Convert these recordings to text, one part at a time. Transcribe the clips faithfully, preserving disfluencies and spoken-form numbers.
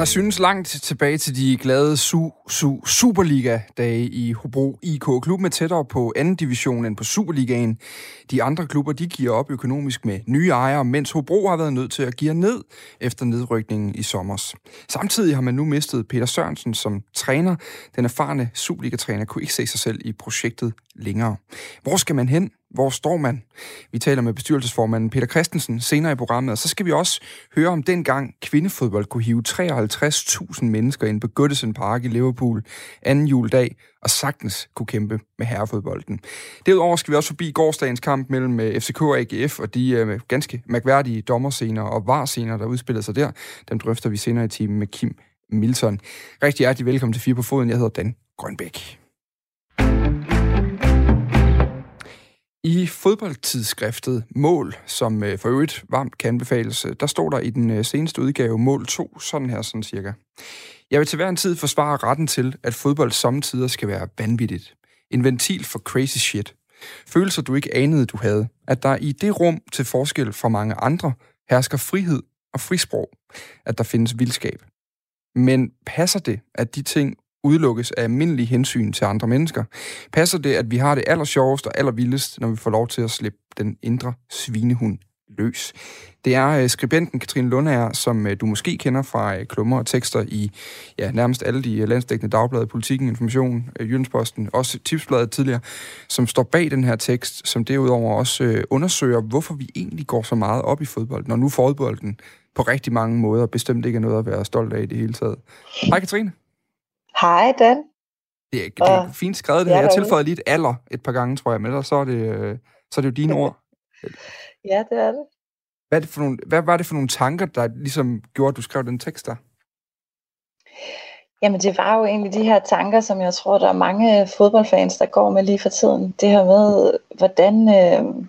Der synes langt tilbage til de glade su- su- Superliga-dage i Hobro I K. Klubben er tættere på anden division end på Superligaen. De andre klubber, de giver op økonomisk med nye ejere, mens Hobro har været nødt til at give ned efter nedrykningen i sommers. Samtidig har man nu mistet Peter Sørensen som træner. Den erfarne Superliga-træner kunne ikke se sig selv i projektet længere. Hvor skal man hen? Hvor står man? Vi taler med bestyrelsesformanden Peter Christensen senere i programmet, og så skal vi også høre om dengang kvindefodbold kunne hive treoghalvtreds tusind mennesker ind på Goodison Park i Liverpool anden juledag, og sagtens kunne kæmpe med herrefodbolden. Derudover skal vi også forbi gårsdagens kamp mellem F C K og A G F, og de uh, ganske mærkværdige dommerscener og varscener, der udspillede sig der. Dem drøfter vi senere i timen med Kim Milton. Rigtig hjertelig velkommen til Fire på Foden. Jeg hedder Dan Grønbæk. I fodboldtidsskriftet Mål, som for øvrigt varmt kan anbefales, der står der i den seneste udgave Mål to, sådan her sådan cirka. Jeg vil til hver en tid forsvare retten til, at fodbold samtidig skal være vanvittigt. En ventil for crazy shit. Følelser du ikke anede, du havde. At der i det rum til forskel fra mange andre hersker frihed og frisprog. At der findes vildskab. Men passer det, at de ting udelukkes af almindelige hensyn til andre mennesker? Passer det, at vi har det allersjovest og allervildest, når vi får lov til at slippe den indre svinehund løs? Det er skribenten Katrine Lundager, som du måske kender fra klummer og tekster i ja, nærmest alle de landsdækkende dagblade, Politikken, Information, Jyllandsposten, også Tipsbladet tidligere, som står bag den her tekst, som derudover også undersøger, hvorfor vi egentlig går så meget op i fodbold, når nu fodbolden på rigtig mange måder bestemt ikke er noget at være stolt af i det hele taget. Hej Katrine. Hej Dan. Det er, det er fint skrevet det her. Jeg tilføjer lige et alder et par gange, tror jeg, men ellers så er det, så er det jo dine ord. Ja, det er det. Hvad, er det for nogle, hvad var det for nogle tanker, der ligesom gjorde, at du skrev den tekst der? Jamen, det var jo egentlig de her tanker, som jeg tror, der er mange fodboldfans, der går med lige for tiden. Det her med, hvordan Øh,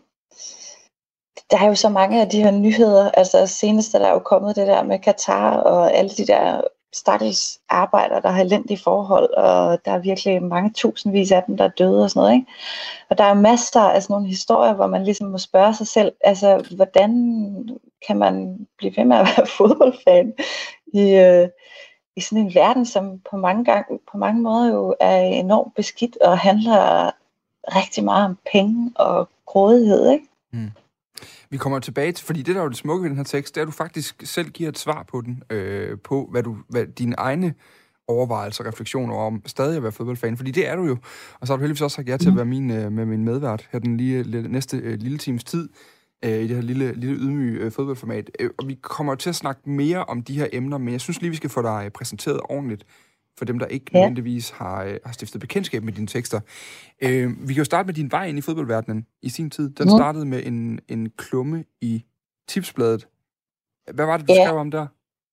der er jo så mange af de her nyheder. Altså senest er der jo kommet det der med Katar og alle de der stakkels arbejdere, der har elendige forhold, og der er virkelig mange tusindvis af dem, der er døde og sådan noget, ikke? Og der er masser af sådan nogle historier, hvor man ligesom må spørge sig selv, altså, hvordan kan man blive ved med at være fodboldfan i, øh, i sådan en verden, som på mange, gang, på mange måder jo er enormt beskidt og handler rigtig meget om penge og grådighed, ikke? Mm. Vi kommer tilbage til, fordi det der er jo det smukke ved den her tekst, det er, at du faktisk selv giver et svar på den, øh, på hvad du, hvad dine egne overvejelser og refleksioner om stadig at være fodboldfan, fordi det er du jo, og så har du heldigvis også sagt ja til at være min, øh, med min medvært her den lige, næste øh, lille times tid, øh, i det her lille, lille ydmyge øh, fodboldformat, øh, og vi kommer til at snakke mere om de her emner, men jeg synes lige, vi skal få dig præsenteret ordentligt, for dem, der ikke ja. nødvendigvis har, øh, har stiftet bekendtskab med dine tekster. Øh, vi kan jo starte med din vej ind i fodboldverdenen i sin tid. Den mm. startede med en, en klumme i Tipsbladet. Hvad var det, du ja. skrev om der?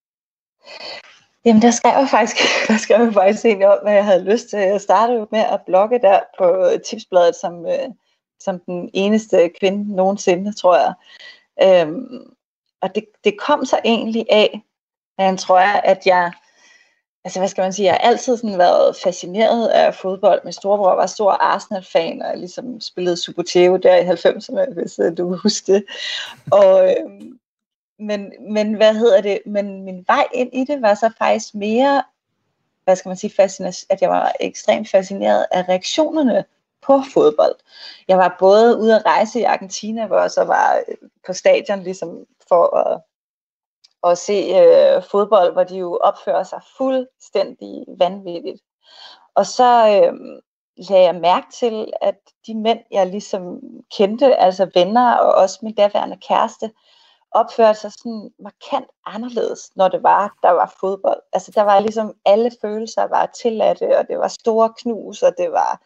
Jamen, der skrev jeg faktisk, der skrev jeg faktisk egentlig om, hvad jeg havde lyst til. Jeg startede jo med at blogge der på Tipsbladet som, øh, som den eneste kvinde nogensinde, tror jeg. Øhm, og det, det kom så egentlig af, jeg tror jeg, at jeg Altså, hvad skal man sige, jeg har altid sådan været fascineret af fodbold. Min storebror var stor Arsenal-fan, og ligesom spillede Super-Teo der i halvfemserne, hvis uh, du kan huske det. Og, øh, men, men hvad hedder det? Men min vej ind i det var så faktisk mere, hvad skal man sige, at jeg var ekstremt fascineret af reaktionerne på fodbold. Jeg var både ude at rejse i Argentina, hvor jeg så var på stadion ligesom for at og se øh, fodbold, hvor de jo opfører sig fuldstændig vanvittigt. Og så øh, lagde jeg mærke til, at de mænd, jeg ligesom kendte, altså venner og også min daværende kæreste, opførte sig sådan markant anderledes, når det var, der var fodbold. Altså der var ligesom alle følelser var tilladte, og det var store knus, og det var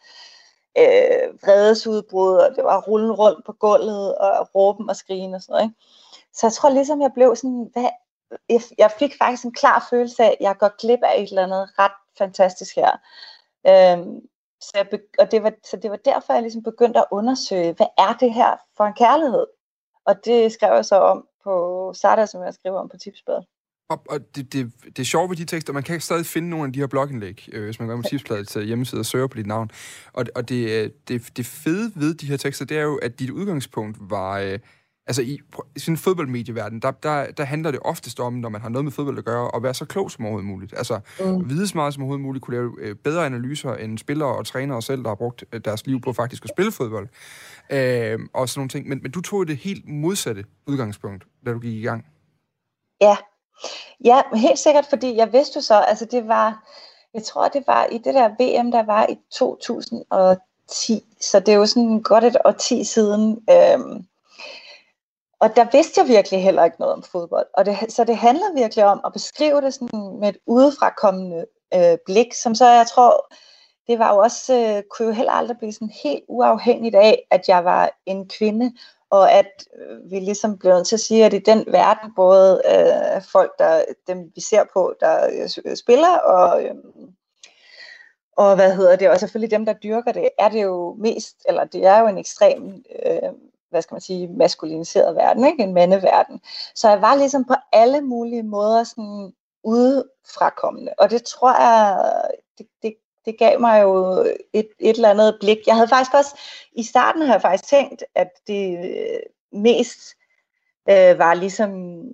øh, vredesudbrud, og det var rullen rundt på gulvet, og råben og skrigen og sådan noget, ikke? Så jeg tror ligesom, jeg blev sådan, hvad jeg fik faktisk en klar følelse af, at jeg går glip af et eller andet ret fantastisk her. Øhm, så, jeg be- og det var, så det var derfor, jeg ligesom begyndte at undersøge, hvad er det her for en kærlighed? Og det skrev jeg så om på Sarda, som jeg skriver om på Tipsbladet. Og, og det, det, det er sjovt ved de tekster, man kan stadig finde nogle af de her blogindlæg, øh, hvis man går på Tipsbladets hjemmeside og søger på dit navn. Og, og det, det, det fede ved de her tekster, det er jo, at dit udgangspunkt var... Øh, Altså i, i sin fodboldmedieverden, der, der, der handler det oftest om, når man har noget med fodbold at gøre, at være så klog som overhovedet muligt. Altså Mm. vide så meget som overhovedet muligt, kunne lave øh, bedre analyser end spillere og trænere selv, der har brugt øh, deres liv på faktisk at spille fodbold. Øh, og sådan nogle ting. Men, men du tog det helt modsatte udgangspunkt, da du gik i gang. Ja. Ja, helt sikkert, fordi jeg vidste jo så, altså det var, jeg tror det var i det der V M, der var i to tusind og ti, så det er jo sådan godt et årti siden, øhm, og der vidste jeg virkelig heller ikke noget om fodbold, og det, så det handler virkelig om at beskrive det sådan med et udefrakommende øh, blik, som så jeg tror, det var jo også, øh, kunne jo heller aldrig blive sådan helt uafhængigt af, at jeg var en kvinde, og at øh, vi ligesom blev nødt til at sige, at i den verden, både øh, folk, der, dem vi ser på, der øh, spiller, og, øh, og hvad hedder det, og selvfølgelig dem, der dyrker det, er det jo mest, eller det er jo en ekstrem, øh, hvad skal man sige, maskuliniseret verden, ikke? En mandeverden. Så jeg var ligesom på alle mulige måder sådan udefrakommende, og det tror jeg, det, det Det gav mig jo et, et eller andet blik. Jeg havde faktisk også, i starten havde jeg faktisk tænkt, at det mest øh, var ligesom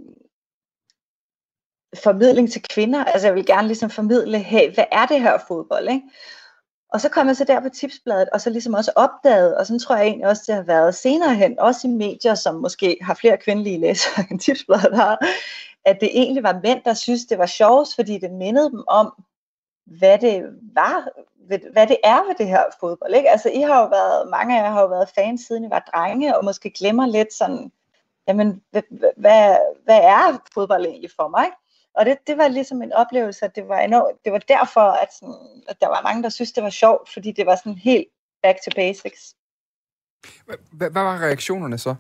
formidling til kvinder. Altså jeg ville gerne ligesom formidle, hey, hvad er det her fodbold, ikke? Og så kom jeg så der på Tipsbladet, og så ligesom også opdaget, og sådan tror jeg egentlig også, det har været senere hen, også i medier, som måske har flere kvindelige læsere end Tipsbladet har, at det egentlig var mænd, der synes det var sjovt, fordi det mindede dem om, hvad det var, hvad det er ved det her fodbold, ikke? Altså, I har jo været, mange af jer har jo været fans, siden I var drenge, og måske glemmer lidt sådan, jamen, hvad, hvad, hvad er fodbold egentlig for mig? Og det, det var ligesom en oplevelse, at det var enormt, det var derfor, at, sådan, at der var mange, der synes det var sjovt, fordi det var sådan helt back to basics. Hvad, hvad var reaktionerne så?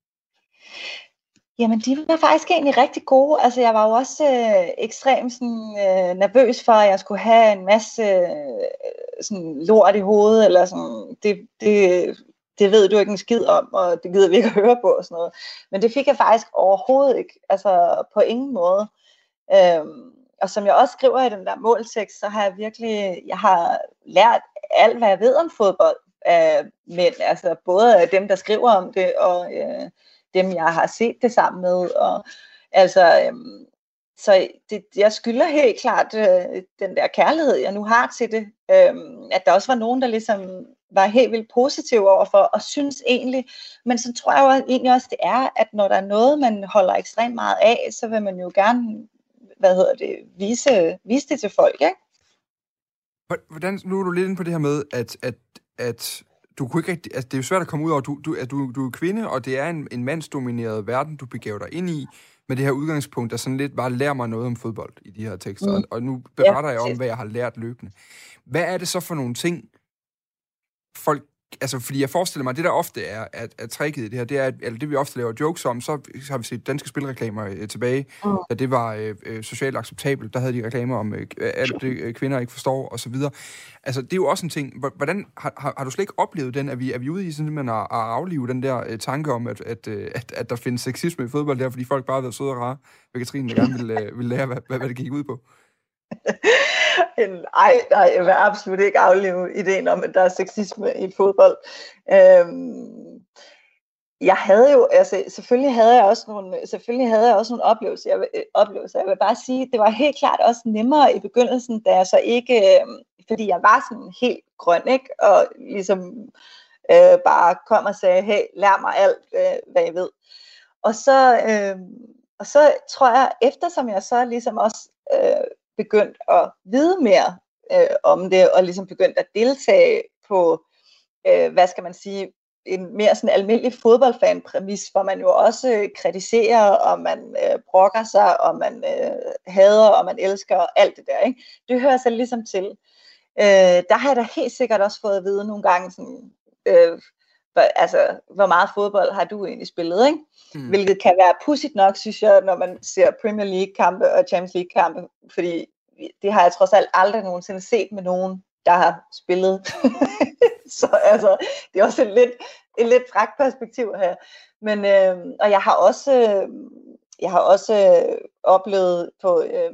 Jamen, de var faktisk egentlig rigtig gode. Altså, jeg var jo også øh, ekstremt sådan, øh, nervøs for, at jeg skulle have en masse øh, sådan, lort i hovedet, eller sådan, det, det, det ved du ikke en skid om, og det gider vi ikke at høre på, og sådan noget. Men det fik jeg faktisk overhovedet ikke, altså på ingen måde. Øhm, og som jeg også skriver i den der måltekst, så har jeg virkelig, jeg har lært alt, hvad jeg ved om fodbold af mænd, altså både af dem, der skriver om det, og øh, dem, jeg har set det sammen med, og altså, øhm, så det, jeg skylder helt klart øh, den der kærlighed, jeg nu har til det, øhm, at der også var nogen, der ligesom var helt vildt positive overfor, og synes egentlig, men så tror jeg jo egentlig også, det er, at når der er noget, man holder ekstremt meget af, så vil man jo gerne, hvad hedder det, vise, vise det til folk, ikke? Hvordan, nu er du lidt inde på det her med, at, at, at du kunne ikke rigtig, altså det er jo svært at komme ud over, du, du, at du, du er kvinde, og det er en, en mandsdomineret verden, du begaver dig ind i, med det her udgangspunkt, der sådan lidt bare lærer mig noget om fodbold i de her tekster, mm. og nu beretter ja, jeg om, hvad jeg har lært løbende. Hvad er det så for nogle ting, folk, altså fordi jeg forestiller mig, at det der ofte er, at, at tricket i det her, det er, at, eller det vi ofte laver jokes om, så har vi set danske spilreklamer øh, tilbage, mm. da det var øh, socialt acceptabelt, der havde de reklamer om øh, alt det øh, kvinder ikke forstår, og så videre. Altså det er jo også en ting, hvordan, har, har, har du slet ikke oplevet den, at vi er vi ude i simpelthen at, at aflive den der øh, tanke om, at, at, at, at der findes sexisme i fodbold der, fordi folk bare har været søde og rare, ved Katrine, der gerne ville, øh, ville lære, hvad, hvad, hvad det gik ud på? Nej, nej, jeg vil absolut ikke afleve ideen om, at der er sexisme i fodbold. Øhm, jeg havde jo, altså selvfølgelig havde jeg også nogle, selvfølgelig havde jeg også nogle oplevelser. Jeg vil, oplevelser. Jeg vil bare sige, det var helt klart også nemmere i begyndelsen, da jeg så ikke, øh, fordi jeg var sådan helt grøn, ikke, og ligesom øh, bare kom og sagde, hey, lær mig alt, øh, hvad jeg ved. Og så, øh, og så tror jeg, eftersom jeg så ligesom også øh, begyndt at vide mere øh, om det, og ligesom begyndt at deltage på, øh, hvad skal man sige, en mere sådan almindelig fodboldfan-præmis, hvor man jo også øh, kritiserer, og man øh, brokker sig, og man øh, hader, og man elsker, og alt det der, ikke? Det hører sig ligesom til. Øh, der har jeg da helt sikkert også fået at vide nogle gange, sådan, øh, altså, hvor meget fodbold har du egentlig spillet, ikke? Mm. Hvilket kan være pudsigt nok, synes jeg, når man ser Premier League-kampe og Champions League-kampe, fordi det har jeg trods alt aldrig nogensinde set med nogen, der har spillet. Så altså, det er også et lidt, et lidt frakt perspektiv her. Men, øh, og jeg har også, øh, jeg har også øh, oplevet på, øh,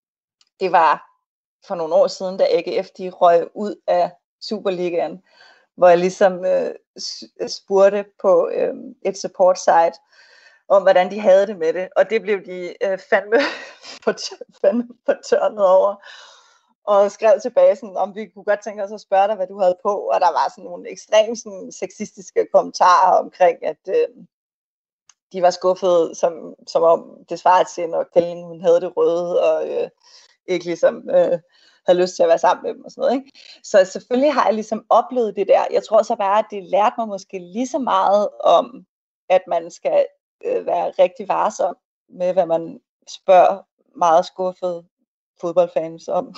det var for nogle år siden, da A G F de røg ud af Superligaen, hvor jeg ligesom øh, spurgte på øh, et support site, om hvordan de havde det med det, og det blev de øh, fandme, fandme fortørnet over, og skrev tilbage, sådan, om vi kunne godt tænke os at spørge dig, hvad du havde på, og der var sådan nogle ekstremt sådan, sexistiske kommentarer omkring, at øh, de var skuffede, som, som om det svarede til, når Kælling, hun havde det røde, og øh, ikke ligesom øh, havde lyst til at være sammen med dem og sådan noget, ikke? Så selvfølgelig har jeg ligesom oplevet det der. Jeg tror så bare, at det lærte mig måske lige så meget om, at man skal øh, være rigtig varsom med, hvad man spørger meget skuffede fodboldfans om.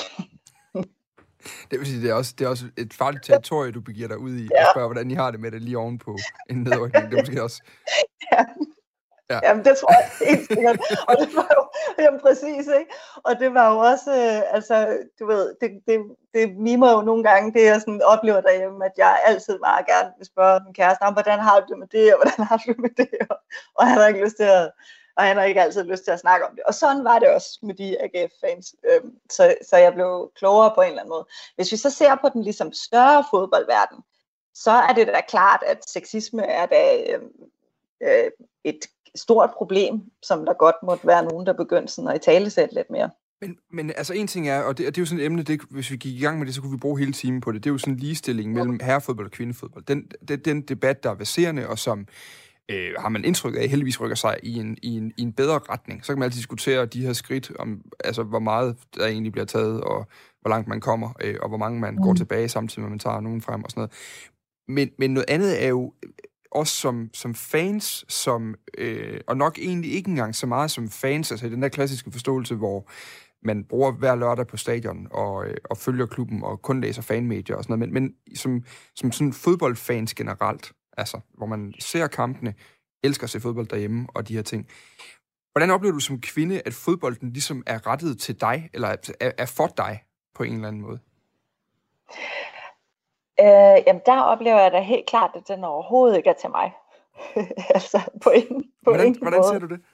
Det vil sige, det er også, det er også et farligt territorie, du begiver dig ud i, ja. Og spørger, hvordan I har det med det lige ovenpå en nedrykning. Det er måske også... Ja. Ja. Jamen, det tror jeg helt sikkert. Og det var jo, jamen præcis, ikke? Og det var jo også, øh, altså, du ved, det, det, det mimer jo nogle gange, det jeg sådan oplever derhjemme, at jeg altid meget gerne vil spørge min kæreste, om hvordan har du det med det, og hvordan har du det med det, og, og han har ikke lyst til at, og han har ikke altid lyst til at snakke om det. Og sådan var det også med de A G F-fans. Øhm, så, så jeg blev klogere på en eller anden måde. Hvis vi så ser på den ligesom større fodboldverden, så er det da klart, at sexisme er da øh, øh, et stort problem, som der godt måtte være nogen, der begyndte sådan at italesætte lidt mere. Men, men altså en ting er, og det, og det er jo sådan et emne, det, hvis vi gik i gang med det, så kunne vi bruge hele timen på det, det er jo sådan en ligestilling mellem herrefodbold og kvindefodbold. Den, den, den debat, der er verserende, og som øh, har man indtryk af, heldigvis rykker sig i en, i, en, i en bedre retning. Så kan man altid diskutere de her skridt, om altså hvor meget der egentlig bliver taget, og hvor langt man kommer, øh, og hvor mange man mm. går tilbage, samtidig med man tager nogen frem og sådan noget. Men, men noget andet er jo også som, som fans, som, øh, og nok egentlig ikke engang så meget som fans, altså i den der klassiske forståelse, hvor man bruger hver lørdag på stadion og, øh, og følger klubben og kun læser fanmedier og sådan noget, men, men som, som sådan fodboldfans generelt, altså hvor man ser kampene, elsker at se fodbold derhjemme og de her ting. Hvordan oplever du som kvinde, at fodbolden ligesom er rettet til dig, eller er, er for dig på en eller anden måde? Øh, jamen der oplever jeg da helt klart, at den overhovedet ikke er til mig. altså på ingen, på hvordan, ingen hvordan måde. ser du det?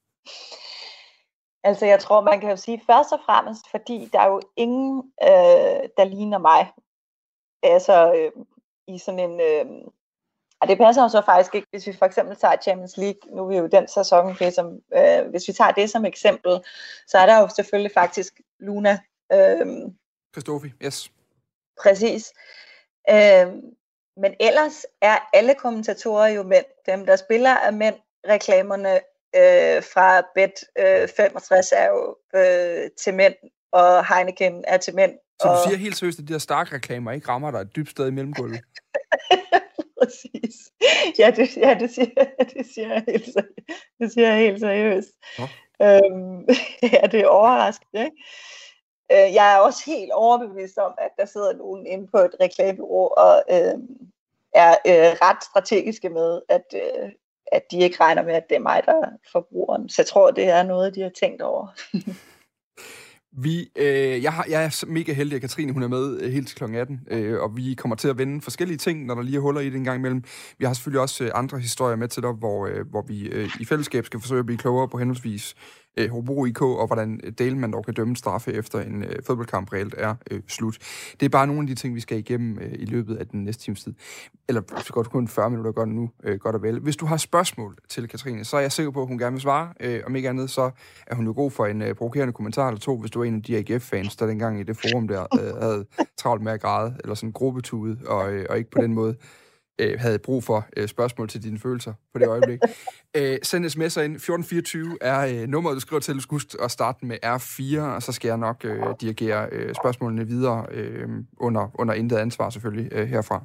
Altså jeg tror, man kan jo sige først og fremmest, fordi der er jo ingen, øh, der ligner mig. Altså øh, i sådan en... Øh, og det passer jo så faktisk ikke, hvis vi for eksempel tager Champions League. Nu er vi jo den sæson, okay, som, øh, hvis vi tager det som eksempel, så er der jo selvfølgelig faktisk Luna. Øh, Christofi, yes. Præcis. Øh, men ellers er alle kommentatorer jo mænd. Dem, der spiller, er mænd. Reklamerne øh, fra Bet øh, femogtres er jo øh, til mænd, og Heineken er til mænd. Så du og... siger helt seriøst, at de her Stark-reklamer ikke rammer dig et dybt sted i mellemgulvet? Præcis. Ja, det, ja, det, siger, det, siger jeg helt, det siger jeg helt seriøst. Oh. Øhm, ja, det er overraskende, ikke? Jeg er også helt overbevist om, at der sidder nogen inde på et reklamebureau og øh, er øh, ret strategiske med, at, øh, at de ikke regner med, at det er mig, der er forbrugeren. Så jeg tror, det er noget, de har tænkt over. Vi, øh, jeg, har, jeg er mega heldig, at Katrine hun er med øh, helt til klokken atten, øh, og vi kommer til at vende forskellige ting, når der lige er huller i det en gang imellem. Vi har selvfølgelig også øh, andre historier med til dig, hvor, øh, hvor vi øh, i fællesskab skal forsøge at blive klogere på henholdsvis øh, Hobro I K, og hvordan delen man dog kan dømme straffe efter en øh, fodboldkamp reelt er øh, slut. Det er bare nogle af de ting, vi skal igennem øh, i løbet af den næste times tid. Eller så godt kun fyrre minutter godt nu, øh, godt og vel. Hvis du har spørgsmål til Katrine, så er jeg sikker på, at hun gerne vil svare. Øh, om ikke andet, så er hun jo god for en øh, provokerende kommentar eller to, hvis du er en af de A G F-fans, der dengang i det forum der øh, havde travlt med at græde, eller sådan gruppetude, og, øh, og ikke på den måde øh, havde brug for øh, spørgsmål til dine følelser på det øjeblik. øh, send sms'er ind. fjorten fireogtyve er øh, nummeret, du skriver til. Du skal huske at starte med R fire, og så skal jeg nok øh, dirigere øh, spørgsmålene videre øh, under, under intet ansvar selvfølgelig øh, herfra.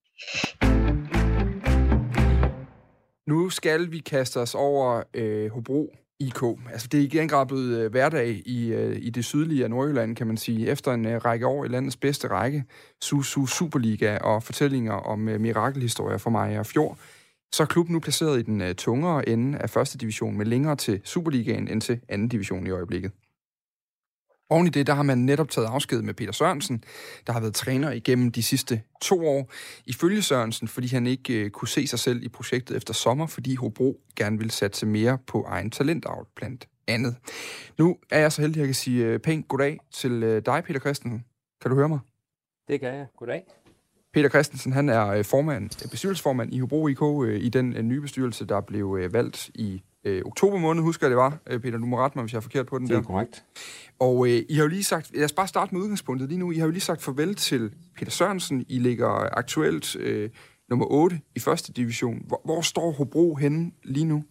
Nu skal vi kaste os over øh, Hobro I K. Altså, det er igen grad blevet øh, hverdag i, øh, i det sydlige af Nordjylland, kan man sige. Efter en øh, række år i landets bedste række, Susu Superliga og fortællinger om øh, mirakelhistorier fra Maja Fjord, så er klubben nu placeret i den øh, tungere ende af første division med længere til Superligaen end til anden division i øjeblikket. Oven i det, der har man netop taget afsked med Peter Sørensen, der har været træner igennem de sidste to år. Ifølge Sørensen, fordi han ikke øh, kunne se sig selv i projektet efter sommer, fordi Hobro gerne ville satse mere på egen talentavl blandt andet. Nu er jeg så heldig, at jeg kan sige øh, pænt goddag til øh, dig, Peter Christensen. Kan du høre mig? Det kan jeg. Goddag. Peter Christensen, han er formand, bestyrelsesformand i Hobro I K, i den nye bestyrelse, der blev valgt i øh, oktober måned, husker jeg det var. Peter, du må rette mig, hvis jeg er forkert på den der. Det er korrekt. Og øh, I har jo lige sagt, lad os bare starte med udgangspunktet lige nu, I har jo lige sagt farvel til Peter Sørensen. I ligger aktuelt øh, nummer otte i første division. Hvor, hvor står Hobro henne lige nu?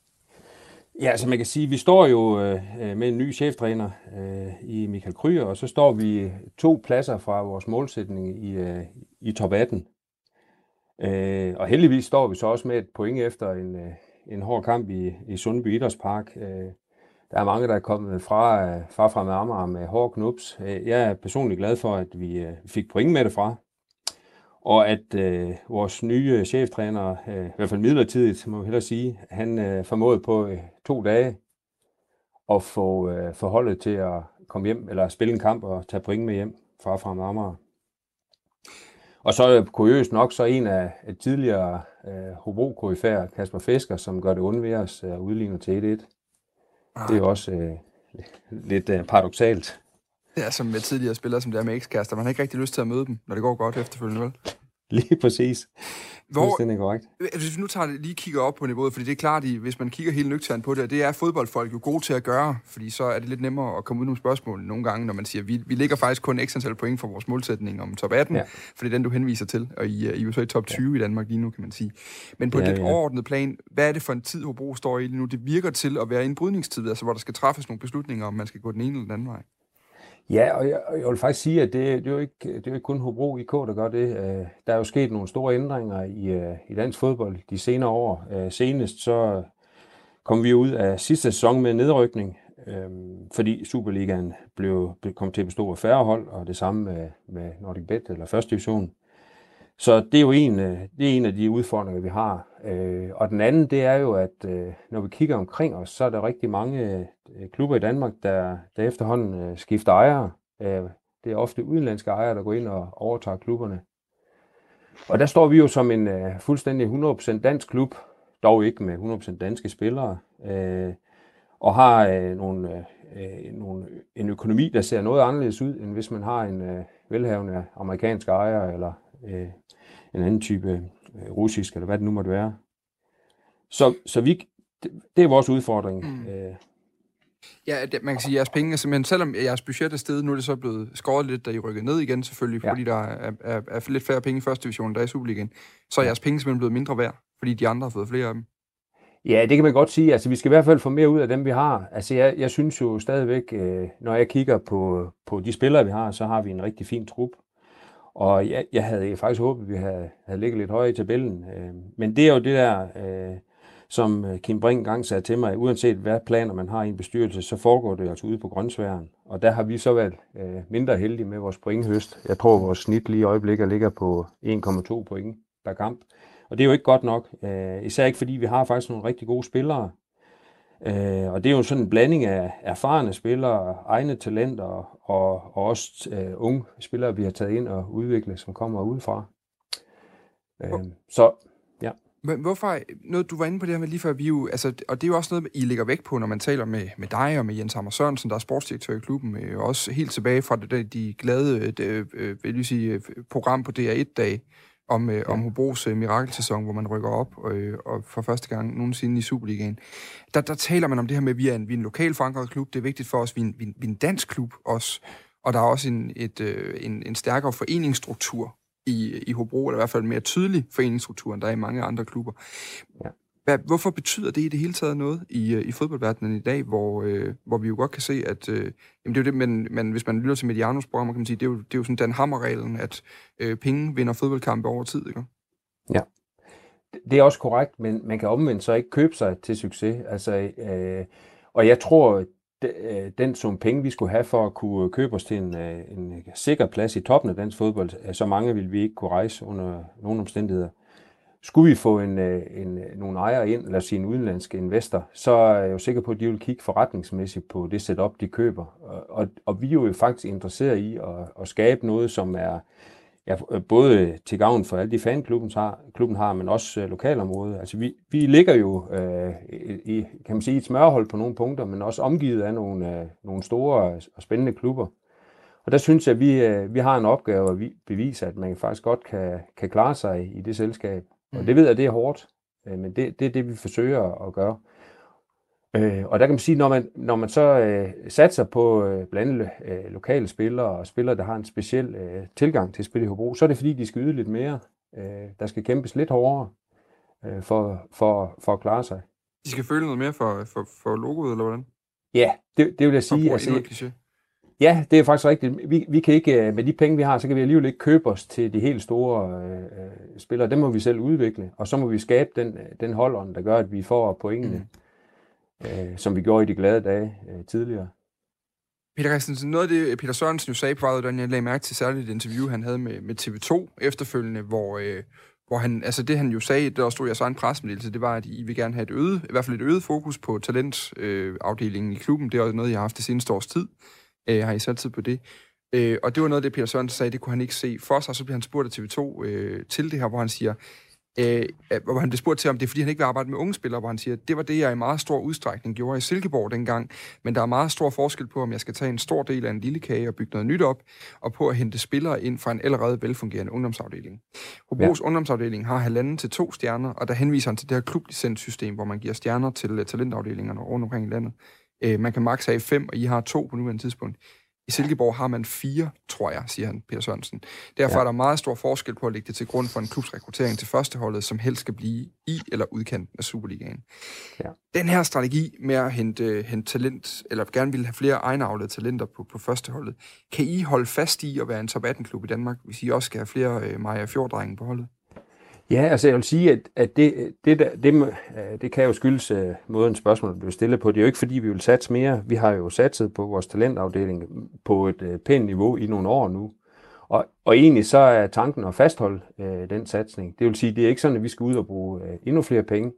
Ja, altså man kan sige, vi står jo øh, med en ny cheftræner øh, i Michael Krüger, og så står vi to pladser fra vores målsætning i, øh, i top atten. Øh, og heldigvis står vi så også med et point efter en, øh, en hård kamp i, i Sundby Idrætspark. Øh, der er mange, der er kommet fra, øh, fra fra med Amager med hård knups. Øh, jeg er personligt glad for, at vi øh, fik point med det fra. Og at øh, vores nye cheftræner, øh, i hvert fald midlertidigt, må vi hellere sige, han øh, formåede på øh, to dage at få øh, forholdet til at komme hjem, eller spille en kamp og tage point med hjem fra fra Amager. Og så kuriøst nok, så en af et tidligere øh, Hobro-koryfærer, Kasper Fisker, som gør det ondt ved os, øh, udligner til et et. Ah. Det er jo også øh, lidt øh, paradoksalt. Det er som med tidligere spillere, som det er med ekskærester. Man har ikke rigtig lyst til at møde dem, når det går godt efterfølgende, vel? Lige præcis. Hvor, det er korrekt. Hvis vi nu tager det, lige kigger op på niveauet, fordi det er klart, at hvis man kigger helt nøgternt på det, det er fodboldfolk jo gode til at gøre, fordi så er det lidt nemmere at komme ud med spørgsmål nogle gange, når man siger, at vi, vi ligger faktisk kun x antal point for vores målsætning om top atten, ja. For det er den, du henviser til, og I, I er jo så i top tyve ja. I Danmark lige nu, kan man sige. Men på ja, et ja. overordnet plan, hvad er det for en tid, Hobro står i lige nu? Det virker til at være en brydningstid, altså hvor der skal træffes nogle beslutninger, om man skal gå den ene eller den anden vej. Ja, og jeg, og jeg vil faktisk sige, at det, det, er jo ikke, det er jo ikke kun Hobro I K, der gør det. Der er jo sket nogle store ændringer i, i dansk fodbold de senere år. Senest så kom vi ud af sidste sæson med nedrykning, fordi Superligaen blev, kom til at bestå af færre hold, og det samme med, med Nordic Bet eller første division. Så det er jo en, det er en af de udfordringer, vi har. Og den anden, det er jo, at når vi kigger omkring os, så er der rigtig mange klubber i Danmark, der, der efterhånden skifter ejere. Det er ofte udenlandske ejere, der går ind og overtager klubberne. Og der står vi jo som en fuldstændig hundrede procent dansk klub, dog ikke med hundrede procent danske spillere, og har nogle, nogle, en økonomi, der ser noget anderledes ud, end hvis man har en velhavende amerikansk ejer, eller en anden type russisk, eller hvad det nu måtte være. Så, så vi, det, det er vores udfordring. Mm. Ja, det, man kan sige, at jeres penge er simpelthen, selvom jeres budget er steget, nu er det så blevet skåret lidt, da I rykker ned igen selvfølgelig, ja. Fordi der er, er, er lidt færre penge i første division, der er i Superligaen, så er jeres penge simpelthen blevet mindre værd, fordi de andre har fået flere af dem. Ja, det kan man godt sige. Altså, vi skal i hvert fald få mere ud af dem, vi har. Altså, jeg, jeg synes jo stadigvæk, øh, når jeg kigger på, på de spillere, vi har, så har vi en rigtig fin trup. Og jeg, jeg havde faktisk håbet, at vi havde, havde ligget lidt højere i tabellen. Øh, men det er jo det der, øh, som Kim Brink engang sagde til mig, uanset hvad planer man har i en bestyrelse, så foregår det altså ude på grønsværen. Og der har vi så været øh, mindre heldige med vores pointhøst. Jeg tror, vores snit lige i øjeblikket ligger på en komma to point per kamp. Og det er jo ikke godt nok. Øh, især ikke fordi vi har faktisk nogle rigtig gode spillere. Øh, og det er jo sådan en blanding af erfarne spillere, egne talenter og, og også øh, unge spillere, vi har taget ind og udviklet, som kommer udefra. Øh, så, ja. Men hvorfor, noget du var inde på det her med lige før, vi jo, altså, og det er jo også noget, I lægger vægt på, når man taler med, med dig og med Jens Hammer Sørensen, der er sportsdirektør i klubben, øh, også helt tilbage fra det, de glade øh, øh, vil jeg sige, program på D R et-dag, om, øh, ja. om Hobros øh, mirakelsæson, hvor man rykker op øh, og for første gang nogensinde i Superligaen. Der, der taler man om det her med, at vi er en, vi er en lokal forankret klub. Det er vigtigt for os. Vi er en, vi er en, vi er en dansk klub også. Og der er også en, et, øh, en, en stærkere foreningsstruktur i, i Hobro, eller i hvert fald en mere tydelig foreningsstruktur, end der er i mange andre klubber. Ja. Hvad, hvorfor betyder det i det hele taget noget i, i fodboldverdenen i dag, hvor, øh, hvor vi jo godt kan se, at øh, jamen det er jo det, men, men hvis man lytter til Medianos program, kan man sige, det er jo, det er jo sådan den hammerreglen, at øh, penge vinder fodboldkampe over tid, ikke? Ja, det er også korrekt, men man kan omvendt så ikke købe sig til succes. Altså, øh, og jeg tror, den sum penge, vi skulle have for at kunne købe os til en, en sikker plads i toppen af dansk fodbold, så mange vil vi ikke kunne rejse under nogen omstændigheder. Skulle vi få en, en, nogle ejere ind, lad os sige en udenlandsk investor, så er jeg jo sikker på, at de vil kigge forretningsmæssigt på det setup, de køber. Og, og, og vi er jo faktisk interesseret i at, at skabe noget, som er ja, både til gavn for alle de fanklubben har, klubben har, men også lokalområdet. Altså vi, vi ligger jo øh, i, kan man sige, et smørhold på nogle punkter, men også omgivet af nogle, øh, nogle store og spændende klubber. Og der synes jeg, at vi, øh, vi har en opgave at vi, bevise, at man faktisk godt kan, kan klare sig i det selskab. Mm. Og det ved jeg, det er hårdt, øh, men det, det er det, vi forsøger at gøre. Øh, og der kan man sige, når man, når man så øh, satser på øh, blandt andet øh, lokale spillere og spillere, der har en speciel øh, tilgang til at spille i Hobro, så er det fordi, de skal yde lidt mere. Øh, der skal kæmpes lidt hårdere øh, for, for, for at klare sig. De skal føle noget mere for, for, for logoet, eller hvordan? Ja, det, det vil jeg sige. Altså, ja, det er faktisk rigtigt. Vi, vi kan ikke, med de penge, vi har, så kan vi alligevel ikke købe os til de helt store øh, spillere. Dem må vi selv udvikle, og så må vi skabe den, den holdånd, der gør, at vi får pointene. Mm. Øh, som vi gjorde i de glade dage øh, tidligere. Peter Christensen, noget af det, Peter Sørensen jo sagde på vej, den jeg lagde mærke til særligt et interview, han havde med, med T V to efterfølgende, hvor, øh, hvor han, altså det han jo sagde, der stod i jeres egen pressemeddelelse, det var, at I vil gerne have et øget, i hvert fald et øget fokus på talentafdelingen øh, i klubben. Det er også noget, jeg har haft det seneste års tid. Øh, har I sat tid på det? Øh, og det var noget af det, Peter Sørensen sagde, det kunne han ikke se for sig. Så bliver han spurgt af T V to øh, til det her, hvor han siger, Øh, hvor han blev spurgt til, om det er, fordi han ikke vil arbejde med unge spillere, hvor han siger, at det var det, jeg i meget stor udstrækning gjorde i Silkeborg dengang, men der er meget stor forskel på, om jeg skal tage en stor del af en lille kage og bygge noget nyt op, og på at hente spillere ind fra en allerede velfungerende ungdomsafdeling. Hobros ja. ungdomsafdeling har halvanden til to stjerner, og der henviser han til det her klublicenssystem, hvor man giver stjerner til talentafdelingerne rundt omkring i landet. Øh, man kan maks have fem, og I har to på nuværende tidspunkt. I Silkeborg har man fire, tror jeg, siger han, Peter Sørensen. Derfor ja. er der meget stor forskel på at lægge det til grund for en klubs rekruttering til førsteholdet, som helst skal blive i eller udkanten af Superligaen. Ja. Den her strategi med at hente, hente talent, eller gerne vil have flere egenavlede talenter på, på førsteholdet, kan I holde fast i at være en top atten-klub i Danmark, hvis I også skal have flere øh, Maja Fjorddrenge på holdet? Ja, altså jeg vil sige, at, at det, det, der, det, det kan jo skyldes uh, måden spørgsmålet blev stillet på. Det er jo ikke fordi, vi vil satse mere. Vi har jo satset på vores talentafdeling på et uh, pænt niveau i nogle år nu. Og, og egentlig så er tanken at fastholde uh, den satsning. Det vil sige, det er ikke sådan, at vi skal ud og bruge uh, endnu flere penge.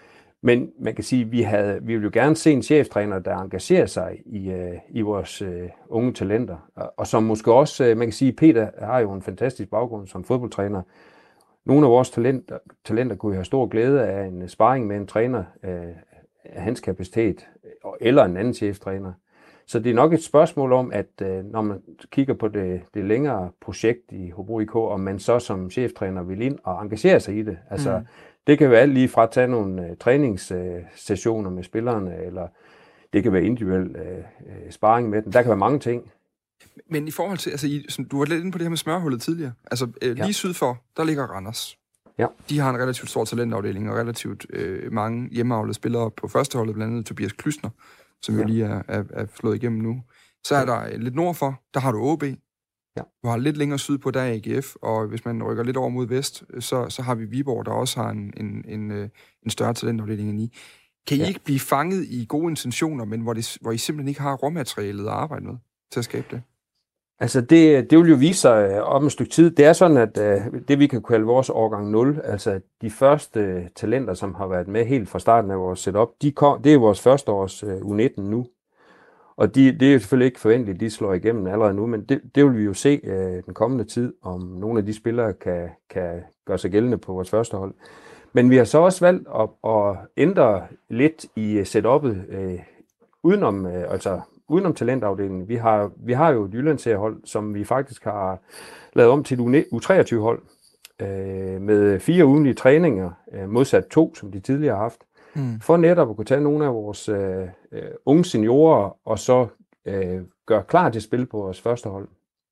Men man kan sige, at vi, havde, vi vil jo gerne se en cheftræner, der engagerer sig i, uh, i vores uh, unge talenter. Og, og som måske også, uh, man kan sige, Peter har jo en fantastisk baggrund som fodboldtræner. Nogle af vores talenter, talenter kunne have stor glæde af en sparring med en træner øh, af hans kapacitet, eller en anden cheftræner. Så det er nok et spørgsmål om, at øh, når man kigger på det, det længere projekt i Hobro I K, om man så som cheftræner vil ind og engagere sig i det. Altså, mm. det kan jo alt lige fra at tage nogle øh, træningssessioner med spillerne, eller det kan være individuel øh, sparring med dem. Der kan være mange ting. Men i forhold til, altså, I, som, du var lidt inde på det her med smørhullet tidligere. Altså, øh, lige ja. syd for, der ligger Randers. Ja. De har en relativt stor talentafdeling, og relativt øh, mange hjemmeavlede spillere på førsteholdet, blandt andet Tobias Klysner, som ja. jo lige er, er, er slået igennem nu. Så er der øh, lidt nordfor, der har du O B. Ja. Du har lidt længere syd på, der er A G F, og hvis man rykker lidt over mod vest, så, så har vi Viborg, der også har en, en, en, øh, en større talentafdeling end I. Kan I ja. ikke blive fanget i gode intentioner, men hvor, det, hvor I simpelthen ikke har råmaterialet at arbejde med til at skabe det? Altså det, det vil jo vise sig om et stykke tid. Det er sådan, at uh, det vi kan kalde vores årgang nul, altså de første uh, talenter, som har været med helt fra starten af vores setup, de kom, det er vores første års uh, U nitten nu. Og de, det er jo selvfølgelig ikke forventeligt, de slår igennem allerede nu, men det, det vil vi jo se uh, den kommende tid, om nogle af de spillere kan, kan gøre sig gældende på vores første hold. Men vi har så også valgt at, at ændre lidt i setup'et uh, udenom, uh, altså udenom talentafdelingen. Vi har, vi har jo et Jyllandsseriehold, som vi faktisk har lavet om til et U treogtyve-hold øh, med fire ugenlige træninger, øh, modsat to, som de tidligere har haft, mm. for netop at kunne tage nogle af vores øh, øh, unge seniorer og så øh, gøre klar til at spille på vores første hold.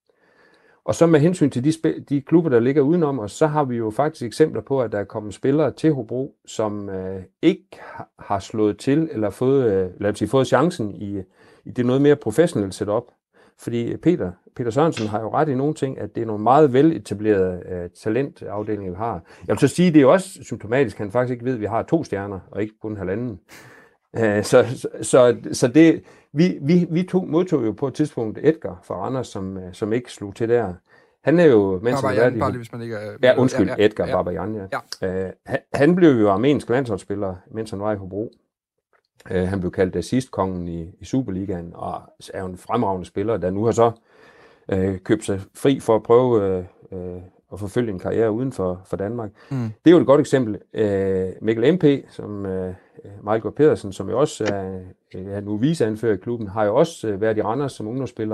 Og så med hensyn til de, sp- de klubber, der ligger udenom os, så har vi jo faktisk eksempler på, at der er kommet spillere til Hobro, som øh, ikke har slået til eller fået, øh, lad os sige, fået chancen i det er noget mere professionelt setup. Fordi Peter, Peter Sørensen har jo ret i nogle ting, at det er nogle meget veletablerede uh, talentafdelinger, vi har. Jeg vil så sige, at det er også symptomatisk, at han faktisk ikke ved, at vi har to stjerner, og ikke kun halvanden. Uh, så så, så det, vi, vi, vi to modtog jo på et tidspunkt Edgar fra Randers, som, som ikke slog til der. Han er jo... Mens Babajan, han bare lige, hvis man ikke er... Ja, undskyld, ja, ja, Edgar ja. Babajan, ja. ja. Uh, han, han blev jo armensk landsholdsspiller, mens han var i Hobro. Uh, han blev kaldt assistkongen i, i Superligaen, og er jo en fremragende spiller, der nu har så uh, købt sig fri for at prøve uh, uh, at forfølge en karriere uden for, for Danmark. Mm. Det er jo et godt eksempel. Uh, Mikkel M P, som uh, Michael Pedersen, som jo også er, er nu viceanfører i klubben, har jo også uh, været i Randers som ungdomsspiller,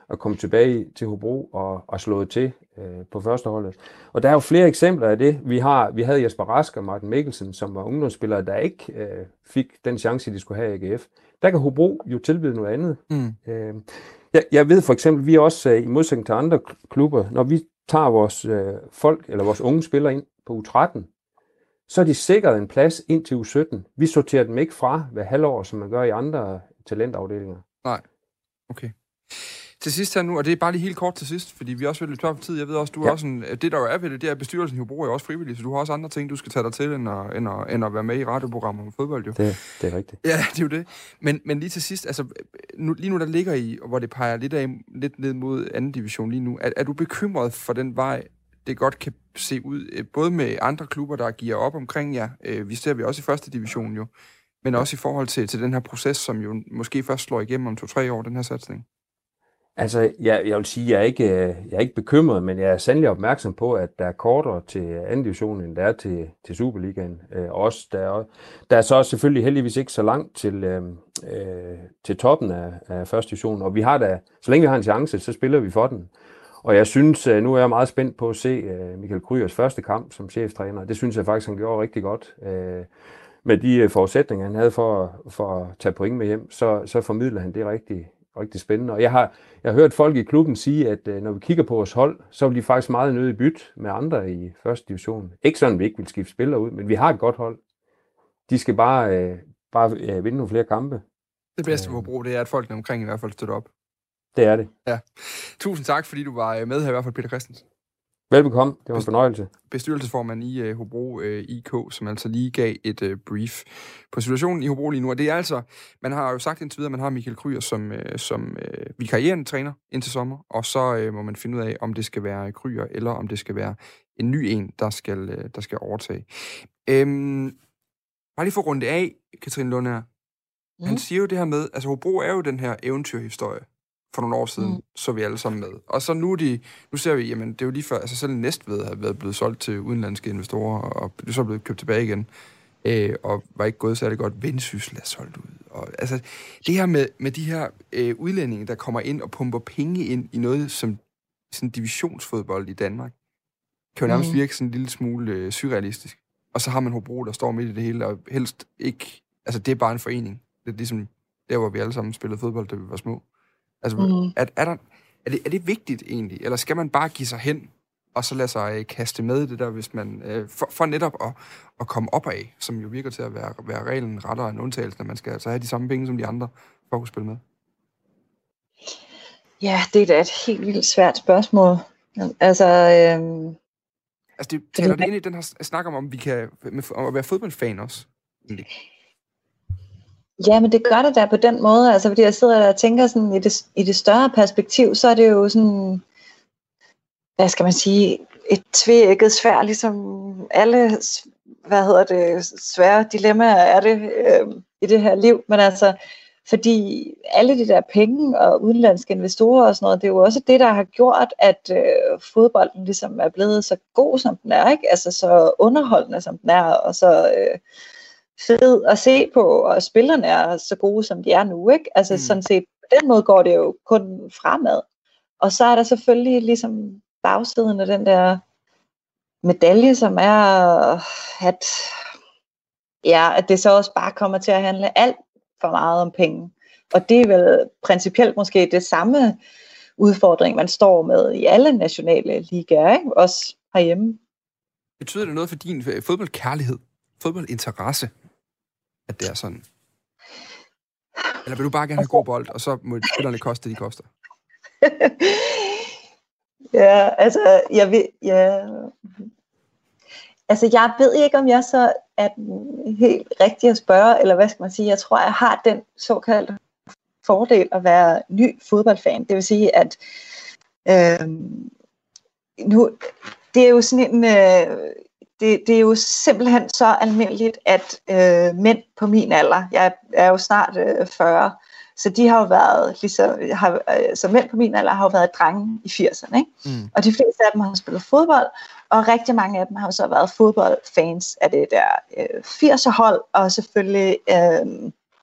at komme tilbage til Hobro og, og slået til øh, på førsteholdet. Og der er jo flere eksempler af det. Vi, har, vi havde Jesper Rask og Martin Mikkelsen, som var ungdomsspillere, der ikke øh, fik den chance, de skulle have i A G F. Der kan Hobro jo tilbyde noget andet. Mm. Øh, jeg, jeg ved for eksempel, vi er også øh, i modsætning til andre klubber, når vi tager vores øh, folk eller vores unge spillere ind på U tretten, så er de sikret en plads ind til U sytten. Vi sorterer dem ikke fra hver halvår, som man gør i andre talentafdelinger. Nej, okay. Til sidst her nu, og det er bare lige helt kort til sidst, fordi vi er også lidt tør for tid. Jeg ved også, du ja. er også en, det der jo er ved det, det er bestyrelsen i Hobro er også frivillig, så du har også andre ting, du skal tage dig til, end at, end at, end at være med i radioprogrammer om fodbold, jo. Det, det er rigtigt. Ja, det er jo det. Men, men lige til sidst, altså, nu, lige nu der ligger I, hvor det peger lidt, af, lidt ned mod anden division lige nu, er, er du bekymret for den vej, det godt kan se ud, både med andre klubber, der giver op omkring jer, øh, vi ser vi også i første division jo, men også i forhold til, til den her proces, som jo måske først slår igennem om to-tre år, den her satsning? Altså, jeg, jeg vil sige, jeg er, ikke, jeg er ikke bekymret, men jeg er sandelig opmærksom på, at der er kortere til anden division, end der er til, til Superligaen. Øh, også, der, er, der er så selvfølgelig heldigvis ikke så langt til, øh, til toppen af, af første division, og vi har da, så længe vi har en chance, så spiller vi for den. Og jeg synes, nu er jeg meget spændt på at se Michael Kryhrs første kamp som cheftræner. Det synes jeg faktisk, han gjorde rigtig godt. Med de forudsætninger, han havde for, for at tage point med hjem, så, så formidler han det rigtig, rigtig spændende. Og jeg har, jeg har hørt folk i klubben sige, at når vi kigger på vores hold, så vil de faktisk meget nødt i byt med andre i første division. Ikke sådan, at vi ikke vil skifte spillere ud, men vi har et godt hold. De skal bare, bare vinde nogle flere kampe. Det bedste for at bruge, det er, at folkene omkring i hvert fald støtter op. Det er det. Ja. Tusind tak, fordi du var med her, i hvert fald Peter Christensen. Velbekomme. Det var en fornøjelse. Bestyrelsesformand i uh, Hobro uh, I K, som altså lige gav et uh, brief på situationen i Hobro lige nu. Og det er altså, man har jo sagt indtil videre, at man har Michael Kryhr som, uh, som uh, vikarierende træner indtil sommer, og så uh, må man finde ud af, om det skal være Kryhr, eller om det skal være en ny en, der skal, uh, der skal overtage. Um, bare lige for at runde af, Katrine Lundager. Mm. Han siger jo det her med, altså Hobro er jo den her eventyrhistorie. For nogle år siden, mm. så vi alle sammen med. Og så nu, de, nu ser vi, jamen det er jo lige før, altså selv Næstved har været blevet solgt til udenlandske investorer, og det er så blevet købt tilbage igen, øh, og var ikke gået særlig godt. Vendsyssel er solgt ud. Og, altså det her med, med de her øh, udlændinge, der kommer ind og pumper penge ind i noget som sådan divisionsfodbold i Danmark, kan jo nærmest mm. virke sådan en lille smule øh, surrealistisk. Og så har man Hobro, der står midt i det hele, og helst ikke, altså det er bare en forening. Det er ligesom der, hvor vi alle sammen spillede fodbold, da vi var små. Altså, mm. er, er, der, er, det, er det vigtigt egentlig? Eller skal man bare give sig hen, og så lade sig øh, kaste med det der, hvis man, øh, for, for netop at, at komme op af, som jo virker til at være, være reglen rettere end undtagelsen, at man skal altså have de samme penge som de andre, for at kunne spille med? Ja, det er da et helt vildt svært spørgsmål. Altså, øhm, altså det taler det ind i den her snak om, om vi kan om at være fodboldfan også? Egentlig. Ja, men det gør det da på den måde, altså fordi jeg sidder der og tænker sådan, i det, i det større perspektiv, så er det jo sådan, hvad skal man sige, et tveægget sværd, ligesom alle, hvad hedder det, svære dilemmaer er det øh, i det her liv, men altså, fordi alle de der penge og udenlandske investorer og sådan noget, det er jo også det, der har gjort, at øh, fodbolden ligesom er blevet så god, som den er, ikke? Altså så underholdende, som den er, og så øh, fed at se på, og spillerne er så gode, som de er nu, ikke? Altså mm. sådan set, på den måde går det jo kun fremad. Og så er der selvfølgelig ligesom bagsiden af den der medalje, som er, at, ja, at det så også bare kommer til at handle alt for meget om penge. Og det er vel principielt måske det samme udfordring, man står med i alle nationale ligaer, ikke? Også herhjemme. Betyder det noget for din fodboldkærlighed, fodboldinteresse, at det er sådan? Eller vil du bare gerne have god bold, og så må spillerne koste det, de koster? Ja, altså, jeg ved, ja. altså, jeg ved ikke, om jeg så er den helt rigtige at spørge, eller hvad skal man sige, jeg tror, jeg har den såkaldte fordel at være ny fodboldfan. Det vil sige, at øh, nu, det er jo sådan en, øh, det, det er jo simpelthen så almindeligt, at øh, mænd på min alder, jeg er jo snart øh, fyrre, så de har jo været, ligesom, har, så mænd på min alder har jo været drenge i firserne, ikke? Mm. Og de fleste af dem har spillet fodbold, og rigtig mange af dem har jo så været fodboldfans af det der øh, firser-hold, og selvfølgelig øh,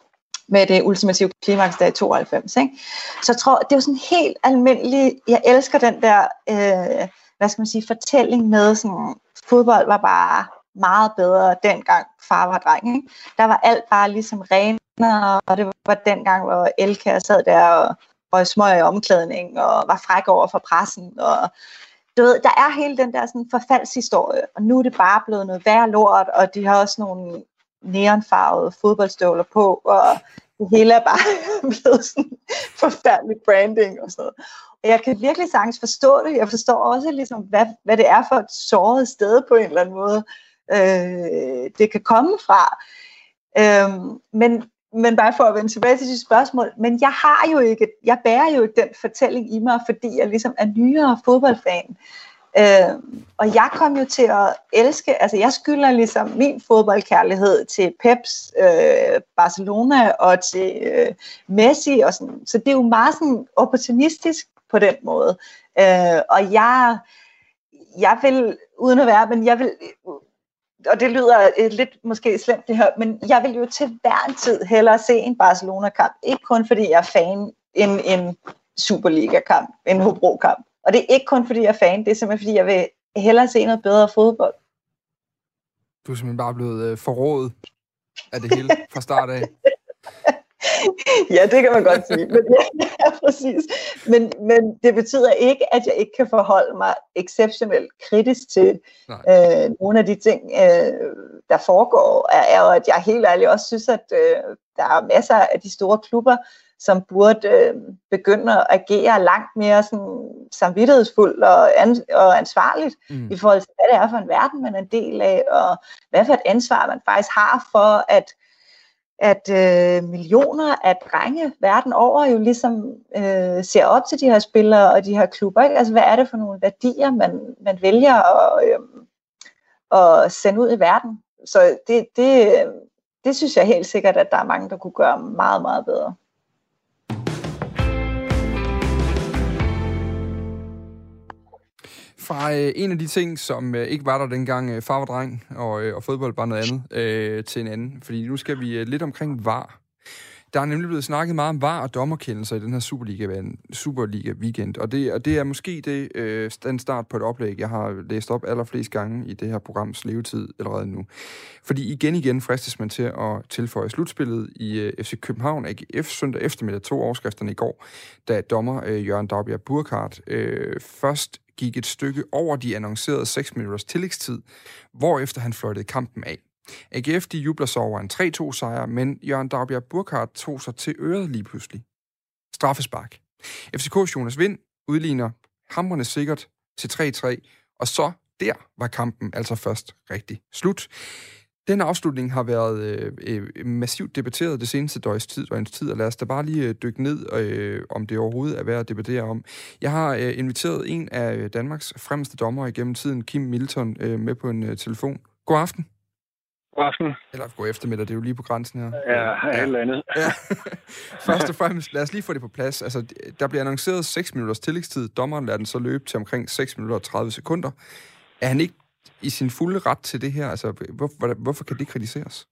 med det ultimative klimaks der i tooghalvfems. Ikke? Så jeg tror, det er jo sådan helt almindeligt. Jeg elsker den der, øh, hvad skal man sige, fortælling med sådan, fodbold var bare meget bedre dengang far var dreng. Ikke? Der var alt bare ligesom renere, og det var dengang, hvor Elkjær sad der og røg smøg i omklædning og var fræk over for pressen. Og du ved, der er hele den der sådan forfaldshistorie, og nu er det bare blevet noget værre lort, og de har også nogle neonfarvede fodboldstøvler på, og det hele er bare blevet sådan forfærdelig branding og sådan noget. Og jeg kan virkelig sagtens forstå det. Jeg forstår også ligesom, hvad, hvad det er for et såret sted på en eller anden måde, øh, det kan komme fra. Øh, men, men bare for at vende tilbage til sit spørgsmål, men jeg har jo ikke, jeg bærer jo ikke den fortælling i mig, fordi jeg ligesom er nyere fodboldfan. Øh, og jeg kom jo til at elske, altså jeg skylder ligesom min fodboldkærlighed til Peps øh, Barcelona og til øh, Messi og sådan, så det er jo meget sådan opportunistisk på den måde. Øh, og jeg, jeg vil, uden at være, men jeg vil, og det lyder lidt måske slemt det her, men jeg vil jo til hver en tid hellere se en Barcelona-kamp, ikke kun fordi jeg er fan, end en Superliga-kamp, en Hobro-kamp. Og det er ikke kun fordi jeg er fan, det er simpelthen fordi jeg vil hellere se noget bedre fodbold. Du er simpelthen bare blevet øh, forrådet af det hele fra start af. Ja, det kan man godt sige. Men, ja, præcis. Men, men det betyder ikke, at jeg ikke kan forholde mig exceptionelt kritisk til øh, nogle af de ting, øh, der foregår. Er, og at jeg helt ærligt også synes, at øh, der er masser af de store klubber, som burde øh, begynde at agere langt mere sådan, samvittighedsfuldt og, an, og ansvarligt mm. i forhold til, hvad det er for en verden, man er en del af, og hvad for et ansvar man faktisk har for, at, at øh, millioner af drenge verden over jo ligesom øh, ser op til de her spillere og de her klubber. Ikke? Altså, hvad er det for nogle værdier, man, man vælger at, øh, at sende ud i verden? Så det, det, det synes jeg helt sikkert, at der er mange, der kunne gøre meget, meget bedre. Fra øh, en af de ting, som øh, ikke var der dengang øh, far var dreng, og, øh, og fodbold bare noget andet, øh, til en anden. Fordi nu skal vi øh, lidt omkring V A R. Der er nemlig blevet snakket meget om V A R og dommerkendelser i den her Superliga, Superliga-weekend. Og det, og det er måske det, øh, den start på et oplæg, jeg har læst op allerflest gange i det her programs levetid allerede nu. Fordi igen igen fristes man til at tilføje slutspillet i øh, F C København A G F søndag eftermiddag, to overskrifterne i går, da dommer øh, Jørgen Daugbjerg Burkhardt øh, først gik et stykke over de annoncerede seks minutters tillægstid, hvorefter han fløjtede kampen af. A G F de jubler så over en tre to sejr, men Jørgen Daugbjerg Burkhardt tog sig til øret lige pludselig. Straffespark. F C K's Jonas Vind udligner hamrende sikkert til tre tre, og så der var kampen altså først rigtig slut. Den afslutning har været øh, massivt debatteret det seneste døgns tid, døgns tid, og lad os da bare lige øh, dykke ned, øh, om det overhovedet er værd at debattere om. Jeg har øh, inviteret en af Danmarks fremmeste dommere igennem tiden, Kim Milton, øh, med på en øh, telefon. God aften. God aften. Eller god eftermiddag, det er jo lige på grænsen her. Ja, ja. Alt andet. Ja. Først og fremmest, lad os lige få det på plads. Altså, der bliver annonceret seks minutters tillægstid. Dommeren lader den så løbe til omkring seks minutter og tredive sekunder. Er han ikke i sin fulde ret til det her? Altså, hvor, hvorfor kan det kritiseres?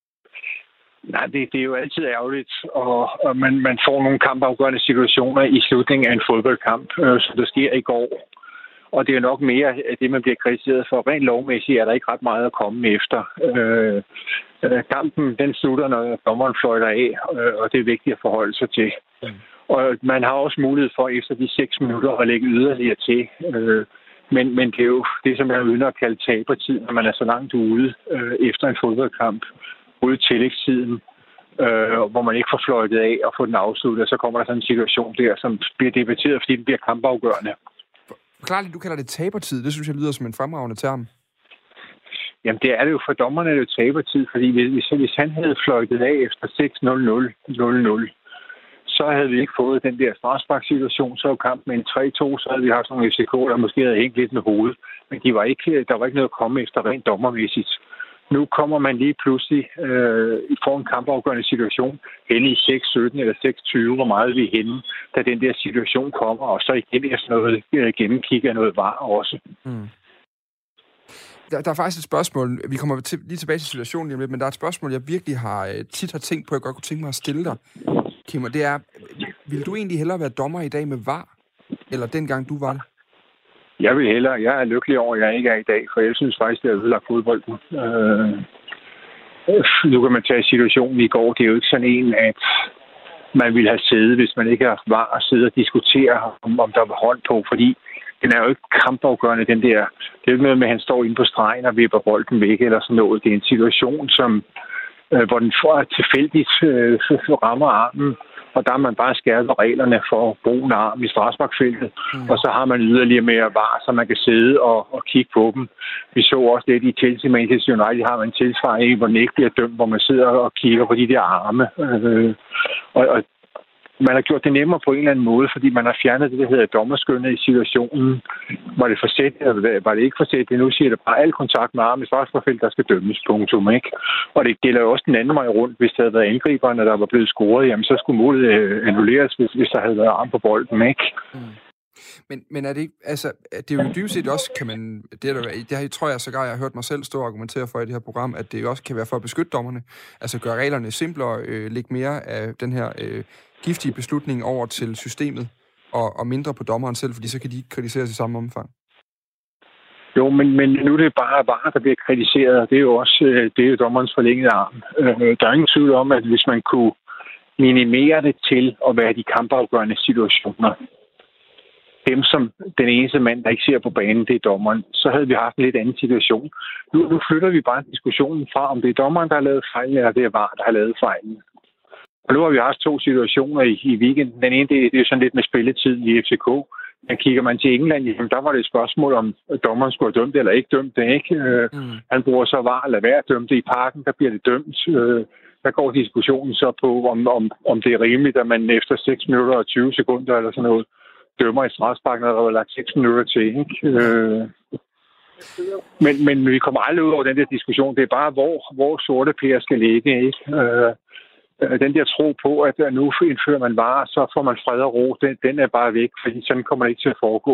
Nej, det, det er jo altid ærgerligt, og, og man, man får nogle kampafgørende situationer i slutningen af en fodboldkamp, øh, som der sker i går. Og det er nok mere det, man bliver kritiseret for. Rent lovmæssigt er der ikke ret meget at komme efter. Øh, øh, kampen, den slutter, når dommeren fløjter af, øh, og det er vigtigt at forholde sig til. Mm. Og man har også mulighed for efter de seks minutter at lægge yderligere til. Øh, men, men det er jo det, som jeg ynder at kalde tabertid, når man er så langt ude øh, efter en fodboldkamp, ude i tillægstiden, øh, hvor man ikke får fløjtet af og får den afsluttet. Så kommer der sådan en situation der, som bliver debatteret, fordi den bliver kampafgørende. Forklar lige, du kalder det tabertid. Det synes jeg lyder som en fremragende term. Jamen, det er det jo for dommerne, er det jo tabertid, fordi hvis, hvis han havde fløjtet af efter seks nul nul, så havde vi ikke fået den der strafsparksituation, så var kampen med en tre to, så havde vi haft nogle F C K, der måske havde hængt lidt med hovedet. Men de var ikke, der var ikke noget at komme efter rent dommermæssigt. Nu kommer man lige pludselig øh, for en kampafgørende situation henne i seks sytten eller seks tyve, hvor meget vi er henne, da den der situation kommer, og så igen efter noget øh, gennemkig af noget var også. Mm. Der, der er faktisk et spørgsmål, vi kommer til, lige tilbage til situationen lige om lidt, men der er et spørgsmål, jeg virkelig har tit har tænkt på, jeg godt kunne tænke mig at stille dig, Kim, og det er, vil du egentlig hellere være dommer i dag med V A R, eller dengang du var det? Jeg vil hellere. Jeg er lykkelig over, at jeg ikke er i dag, for jeg synes faktisk, det er ødelagt fodbolden. Øh, nu kan man tage situationen i går. Det er jo ikke sådan en, at man ville have siddet, hvis man ikke har V A R, og sidde og diskutere, om, om der var hånd på, fordi den er jo ikke kampafgørende, den der. Det er jo ikke noget med, at han står inde på stregen og vipper bolden væk eller sådan noget. Det er en situation, som, øh, hvor den får tilfældigt øh, rammer armen, og der har man bare skærpet reglerne for brugen af arm i strafsparkfeltet, mm. og så har man yderligere mere V A R, så man kan sidde og, og kigge på dem. Vi så også lidt i Chelsea Manchester United, har man tilsvarende, hvor den ikke bliver dømt, hvor man sidder og kigger på de der arme. Øh, og, og man har gjort det nemmere på en eller anden måde, fordi man har fjernet det, der hedder dommerskønnet i situationen. Var det forsætligt, eller var det ikke forsætligt? Nu siger det bare, al kontakt med armen i strafsparkfeltet, der skal dømmes, punktum, ikke? Og det gælder jo også den anden vej rundt. Hvis der havde været angriberne, der var blevet scoret, jamen så skulle målet øh, annulleres, hvis, hvis der havde været arm på bolden, ikke? Mm. Men, men er det ikke, altså, det er jo dybest set også, kan man, det, er der, det her, tror jeg sågar, jeg har hørt mig selv stå og argumentere for i det her program, at det også kan være for at beskytte dommerne, altså gøre reglerne simplere, øh, lægge mere af den her øh, giftige beslutning over til systemet, og, og mindre på dommeren selv, fordi så kan de ikke kritiseres i samme omfang. Jo, men, men nu er det bare V A R, der bliver kritiseret, og det er jo også det er jo dommerens forlængede arm. Øh, der er ingen tvivl om, at hvis man kunne minimere det til at være de kampafgørende situationer, dem som den eneste mand, der ikke ser på banen, det er dommeren, så havde vi haft en lidt anden situation. Nu, nu flytter vi bare diskussionen fra, om det er dommeren, der har lavet fejlen, eller det er V A R, der har lavet fejlen. Og nu har vi haft to situationer i, i weekenden. Den ene, det, det er sådan lidt med spilletid i F C K. Men kigger man til England, jamen, der var det et spørgsmål, om dommeren skulle have dømt det eller ikke dømt det, ikke? Øh, mm. Han bruger så V A R at lade være at dømme det i parken, der bliver det dømt. Øh, der går diskussionen så på, om, om, om det er rimeligt, at man efter seks minutter og tyve sekunder eller sådan noget, dømmer i strafsparken, når der var lagt seks minutter til, ikke? Øh, men, men vi kommer aldrig ud over den der diskussion. Det er bare, hvor, hvor sorte pærer skal ligge, ikke? Øh, den der tro på, at nu indfører man V A R, så får man fred og ro, den, den er bare væk, fordi sådan kommer det ikke til at foregå.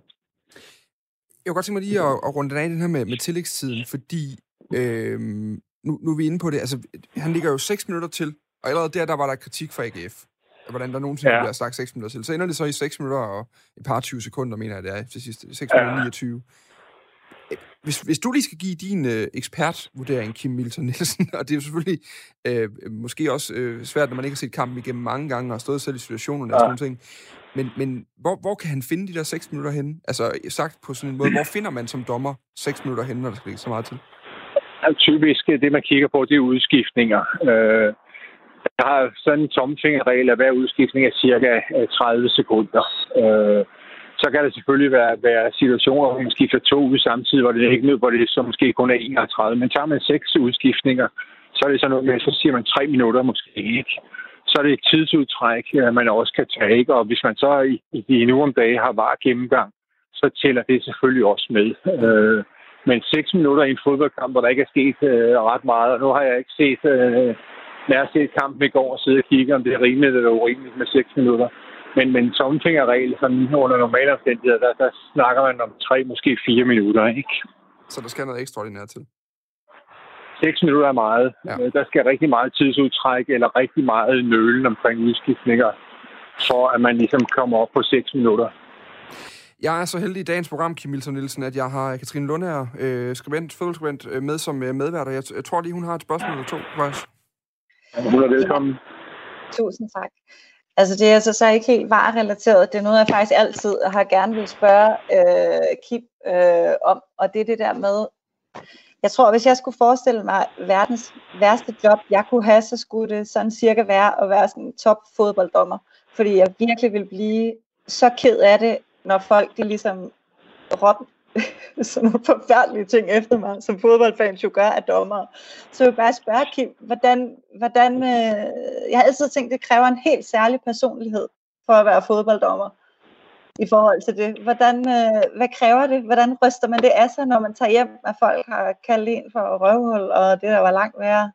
Jeg kunne godt tænke mig lige at, at runde den af den her med, med tillægstiden, fordi øh, nu, nu er vi inde på det. Altså, han ligger jo seks minutter til, og allerede der, der var der kritik fra A G F. Hvordan der nogensinde ja. bliver sagt seks minutter til. Så ender det så i seks minutter og et par tyve sekunder, mener jeg, det er til sidst. seks minutter og niogtyve. Hvis, hvis du lige skal give din øh, ekspertvurdering, Kim Milton Nielsen, og det er jo selvfølgelig øh, måske også øh, svært, når man ikke har set kampen igennem mange gange og stået selv i situationerne ja. og sådan nogle ting. Men, men hvor, hvor kan han finde de der seks minutter henne? Altså sagt på sådan en måde, hvor finder man som dommer seks minutter henne, når der skal ligge så meget til? Ja, typisk det, man kigger på, det er udskiftninger. Øh, der har sådan en tommelfingerregel, at hver udskiftning er cirka tredive sekunder. Øh, Så kan det selvfølgelig være, være situationer, hvor man skifter to ud samtidig, hvor det er ikke noget, hvor det så måske kun er enogtredive. Men tager man seks udskiftninger, så er det sådan noget med, så siger man tre minutter måske ikke. Så er det et tidsudtræk, man også kan tage, ikke? Og hvis man så i, i nu om dagen har V A R gennemgang, så tæller det selvfølgelig også med. Øh, men seks minutter i en fodboldkamp, hvor der ikke er sket øh, ret meget, og nu har jeg ikke set, øh, når jeg har set kampen i går og sidde og kigge, om det er rimeligt eller urimeligt med seks minutter. Men, men tommelfingerregel, sådan under normale omstændigheder, der, der snakker man om tre, måske fire minutter, ikke? Så der skal noget ekstraordinært til? Seks minutter er meget. Ja. Der skal rigtig meget tidsudtræk, eller rigtig meget nølen omkring udskiftninger, for at man ligesom kommer op på seks minutter. Jeg er så heldig i dagens program, Kim Milton Nielsen, at jeg har Katrine Lundager, øh, skribent, fodboldskribent, øh, med som øh, medværter. Jeg, jeg tror lige, hun har et spørgsmål eller to, faktisk. Hun er velkommen. Tusind tak. Altså det er altså så ikke helt V A R-relateret. Det er noget, jeg faktisk altid har gerne vil spørge øh, Kim øh, om. Og det er det der med, jeg tror, hvis jeg skulle forestille mig verdens værste job, jeg kunne have, så skulle det sådan cirka være at være sådan en top fodbolddommer. Fordi jeg virkelig vil blive så ked af det, når folk de ligesom råber sådan nogle forfærdelige ting efter mig, som fodboldfans jo gør af dommere. Så jeg vil bare spørge Kim, hvordan, hvordan øh, jeg har altid tænkt, det kræver en helt særlig personlighed for at være fodbolddommer i forhold til det. Hvordan, øh, hvad kræver det? Hvordan ryster man det af sig, når man tager hjem, at folk har kaldt en for røvhul, og det der var langt værre?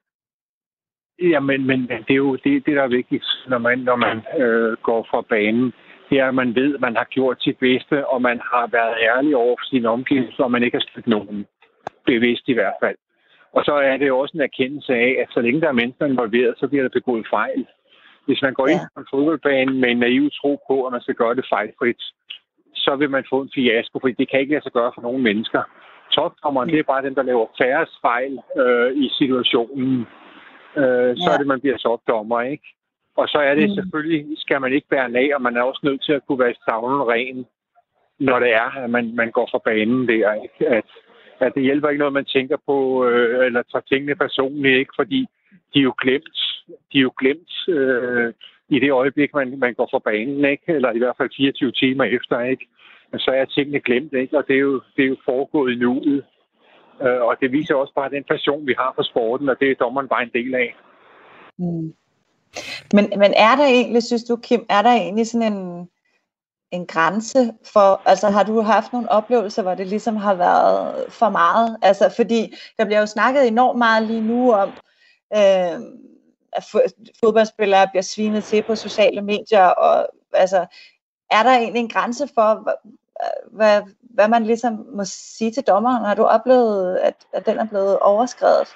Ja, men, men det er jo det, det der er vigtigt, når man, når man øh, går fra banen. Det er, at man ved, at man har gjort sit bedste, og man har været ærlig over for sine omgivelser, og man ikke har stillet nogen. bevidst i hvert fald. Og så er det jo også en erkendelse af, at så længe der er mennesker involveret, så bliver der begået fejl. Hvis man går ja. ind på en fodboldbane med en naiv tro på, at man skal gøre det fejlfrit, så vil man få en fiasko, fordi det kan ikke lade sig gøre for nogle mennesker. Topdommeren, det er bare den, der laver færrest fejl øh, i situationen. Øh, så ja. er det, man bliver topdommer, ikke? Og så er det mm. selvfølgelig, skal man ikke bære af, og man er også nødt til at kunne være savlen ren, når det er, at man, man går fra banen der, ikke? At, at det hjælper ikke noget, man tænker på, øh, eller tager tingene personligt, ikke? Fordi de er jo glemt, de er jo glemt øh, i det øjeblik, man, man går fra banen, ikke? Eller i hvert fald fireogtyve timer efter, ikke? Men så er tingene glemt, ikke? Og det er jo, det er jo foregået i nuet. Øh, og det viser også bare den passion, vi har for sporten, og det er dommeren bare en del af. Mm. Men, men er der egentlig, synes du, Kim, er der egentlig sådan en, en grænse for, altså har du haft nogle oplevelser, hvor det ligesom har været for meget? Altså fordi der bliver jo snakket enormt meget lige nu om, øh, at fodboldspillere bliver svinet til på sociale medier, og altså, er der egentlig en grænse for, hvad, hvad man ligesom må sige til dommeren? Har du oplevet, at, at den er blevet overskredet?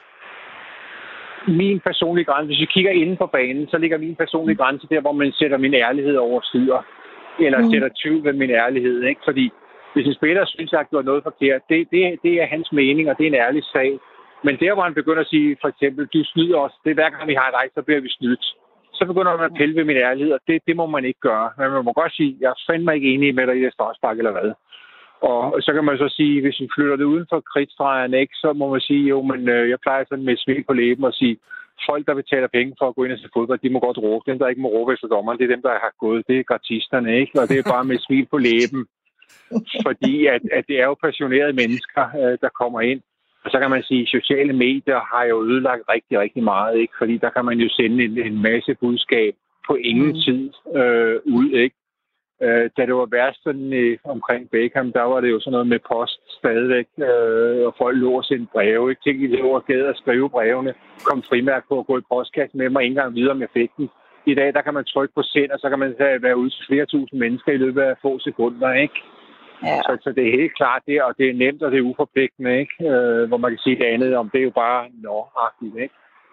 Min personlige grænse, hvis vi kigger inden på banen, så ligger min personlige grænse der, hvor man sætter min ærlighed over styr. Eller mm. sætter tvivl ved min ærlighed, ikke? Fordi hvis en spiller synes, at jeg har gjort noget forkert, det, det, det er hans mening, og det er en ærlig sag. Men der, hvor han begynder at sige, for eksempel, du snyder os, det er hver gang vi har dig, så bliver vi snydt. Så begynder man at pille ved min ærlighed, og det, det må man ikke gøre. Men man må godt sige, jeg er fandme ikke enig med dig i det straffespark eller hvad. Og så kan man så sige, hvis vi flytter det uden for kridtstregerne, ikke, så må man sige, jo, men øh, jeg plejer sådan med et smil på læben og sige, folk, der betaler penge for at gå ind og se fodbold, de må godt råbe. Dem, der ikke må råbe efter dommeren, det er dem, der har gået. Det er gratisterne, ikke? Og det er bare med et smil på læben. Fordi at, at det er jo passionerede mennesker, øh, der kommer ind. Og så kan man sige, at sociale medier har jo ødelagt rigtig, rigtig meget, ikke? Fordi der kan man jo sende en, en masse budskab på ingen mm. tid øh, ud, ikke? Øh, da det var værst sådan, øh, omkring Beckham, der var det jo sådan noget med post stadigvæk, øh, og folk lå og sendte breve, ikke? Tænk, de lå og gad at skrive brevene, kom frimærk på at gå i postkassen med mig, ikke engang videre med effekten. I dag, der kan man trykke på send, og så kan man være ude til flere tusind mennesker i løbet af få sekunder, ikke? Ja. Så, så det er helt klart det, og det er nemt, og det er uforpligtende, ikke? Øh, hvor man kan sige det andet om, det er jo bare nå-agtigt, ikke?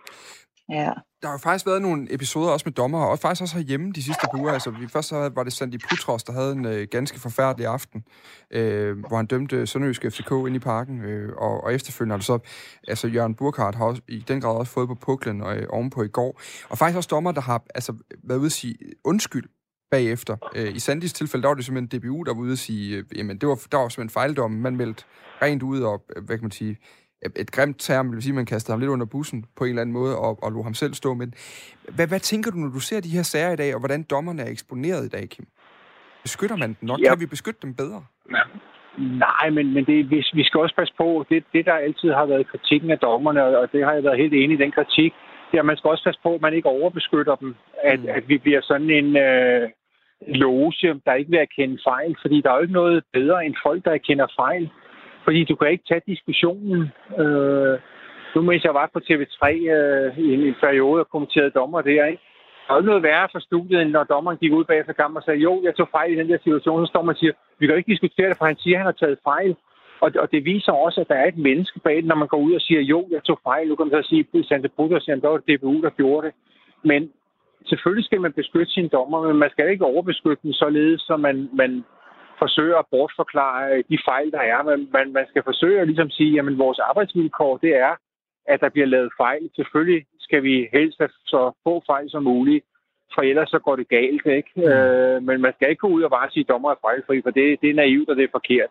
Ja. Der har jo faktisk været nogle episoder også med dommer, og faktisk også herhjemme de sidste par uger. Altså, først så var det Sandy Putros, der havde en øh, ganske forfærdelig aften, øh, hvor han dømte Sønderjysk F C K ind i parken, øh, og, og efterfølgende har du så, altså Jørgen Burkhardt har også, i den grad også fået på puklen og, øh, ovenpå i går. Og faktisk også dommer, der har altså, været ude at sige undskyld bagefter. Øh, I Sandys tilfælde, der var det simpelthen D B U, der var ude at sige, øh, jamen det var, der var simpelthen fejldom, man meldte rent ud, og hvad kan man sige, et grimt term, det vil sige, man kastede ham lidt under bussen på en eller anden måde, og, og lod ham selv stå. Men hvad, hvad tænker du, når du ser de her sager i dag, og hvordan dommerne er eksponeret i dag, Kim? Beskytter man dem nok? Ja. Kan vi beskytte dem bedre? Ja. Nej, men, men det, vi, vi skal også passe på, det, det der altid har været kritikken af dommerne, og det har jeg været helt enig i den kritik, det er, at man skal også passe på, at man ikke overbeskytter dem. At, mm. at vi bliver sådan en øh, loge, der ikke vil erkende fejl, fordi der er jo ikke noget bedre end folk, der erkender fejl. Fordi du kan ikke tage diskussionen. Øh, nu mens jeg var på T V tre øh, i en, en periode og kommenterede dommer der, ikke? Der er jo ikke noget værre for studiet, end når dommeren gik ud bagefter kampen og sagde, jo, jeg tog fejl i den der situation. Så står man og siger, vi kan jo ikke diskutere det, for han siger, at han har taget fejl. Og, og det viser også, at der er et menneske bag det, når man går ud og siger, jo, jeg tog fejl. Nu kan man så sige, at Sandy Putros siger, at der var det D B U, der gjorde det. Men selvfølgelig skal man beskytte sine dommer, men man skal ikke overbeskytte dem således, så man... man forsøger at bortforklare de fejl, der er. Man, man, man skal forsøge at ligesom sige, at vores arbejdsvilkår, det er, at der bliver lavet fejl. Selvfølgelig skal vi helst have så få fejl som muligt, for ellers så går det galt, ikke? Mm. Øh, men man skal ikke gå ud og bare sige, at dommer er fejlfri, for det, det er naivt, og det er forkert.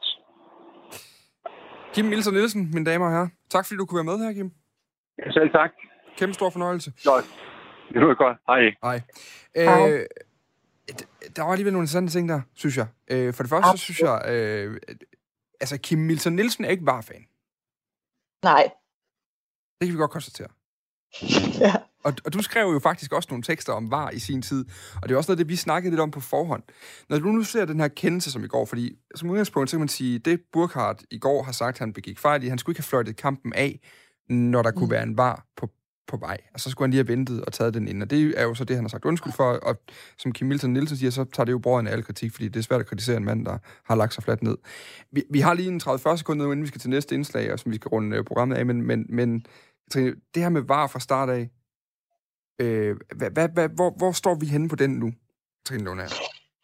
Kim Milser Nielsen, mine damer og herrer. Tak fordi du kunne være med her, Kim. Ja, selv tak. Kæmpe stor fornøjelse. Godt. Det var godt. Hej. Hej. Øh, Der var alligevel nogle interessante ting der, synes jeg. Øh, for det første, så synes jeg, øh, altså Kim Milser Nielsen er ikke V A R-fan. Nej. Det kan vi godt konstatere. Ja. Og, og du skrev jo faktisk også nogle tekster om V A R i sin tid, og det er også noget, det vi snakkede lidt om på forhånd. Når du nu ser den her kendelse som i går, fordi som udgangspunkt, så kan man sige, det Burkhardt i går har sagt, han begik fejl i, han skulle ikke have fløjtet kampen af, når der kunne mm. være en V A R på på vej, og så skulle han lige have ventet og taget den ind, og det er jo så det, han har sagt undskyld for, og som Kim Milton Nielsen siger, så tager det jo brøden af al kritik, fordi det er svært at kritisere en mand, der har lagt sig fladt ned. Vi, vi har lige en tredive til fyrre sekunder, inden vi skal til næste indslag, og som vi skal runde programmet af, men, men, men Trine, det her med V A R fra start af, øh, hvad, hvad, hvad, hvor, hvor står vi henne på den nu, Trine Lundager?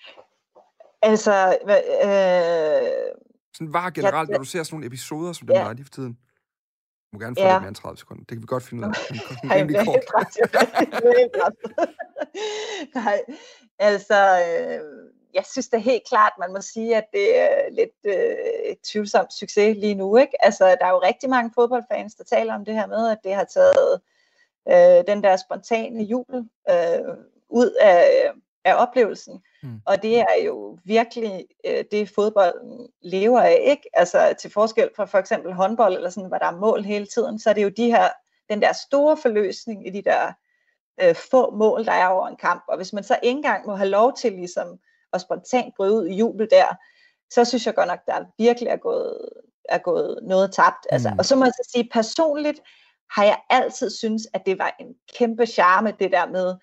Altså, øh, sådan V A R generelt, ja, når du ser sådan nogle episoder, som den ja. der er lige for tiden. Du må gerne få ja. lidt mere end tredive sekunder. Det kan vi godt finde ud af. Nej, jeg bliver helt ret. Jeg bliver helt ret. Nej, altså, øh, jeg synes da helt klart, man må sige, at det er lidt øh, tvivlsomt succes lige nu, ikke? Altså, der er jo rigtig mange fodboldfans, der taler om det her med, at det har taget øh, den der spontane jubel øh, ud af, af oplevelsen. Mm. Og det er jo virkelig øh, det, fodbolden lever af, ikke? Altså til forskel fra for eksempel håndbold, eller sådan, hvor der er mål hele tiden, så er det jo de her, den der store forløsning i de der øh, få mål, der er over en kamp. Og hvis man så ikke engang må have lov til ligesom at spontant bryde ud i jubel der, så synes jeg godt nok, der virkelig er gået, er gået noget tabt. Altså, mm. Og så må jeg så sige, personligt har jeg altid synes, at det var en kæmpe charme, det der med,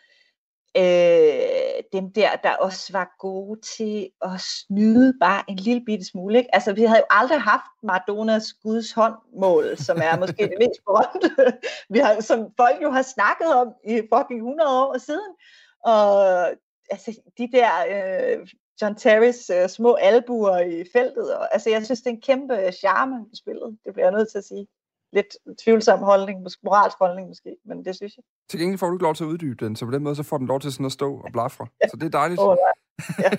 Øh, dem der, der også var gode til at snyde bare en lille bitte smule, ikke? Altså, vi havde jo aldrig haft Maradonas Guds håndmål, som er måske det mest berømte, vi har, som folk jo har snakket om i fucking hundrede år siden. Og altså, de der øh, John Terrys øh, små albuer i feltet, og, altså, jeg synes, det er en kæmpe charme i spillet, det bliver jeg nødt til at sige. Lidt tvivlsom holdning, moralsk holdning måske, men det synes jeg. Til gengæld får du ikke lov til at uddybe den, så på den måde så får den lov til sådan at stå og blafre. Ja. Så det er dejligt. Oh, ja.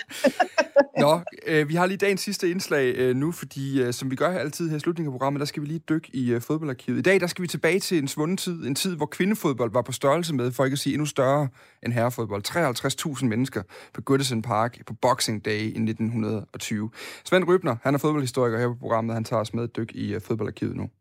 Nå, øh, vi har lige dagens sidste indslag øh, nu, fordi øh, som vi gør altid her i slutningen af programmet, der skal vi lige dykke i øh, fodboldarkivet. I dag, der skal vi tilbage til en svunden tid, en tid, hvor kvindefodbold var på størrelse med, for ikke at sige endnu større end herrefodbold. treoghalvtreds tusind mennesker på Goodison Park på Boxing Day i nitten tyve. Svend Rybner, han er fodboldhistoriker her på programmet, han tager os med et dyk i øh, fodboldarkivet nu.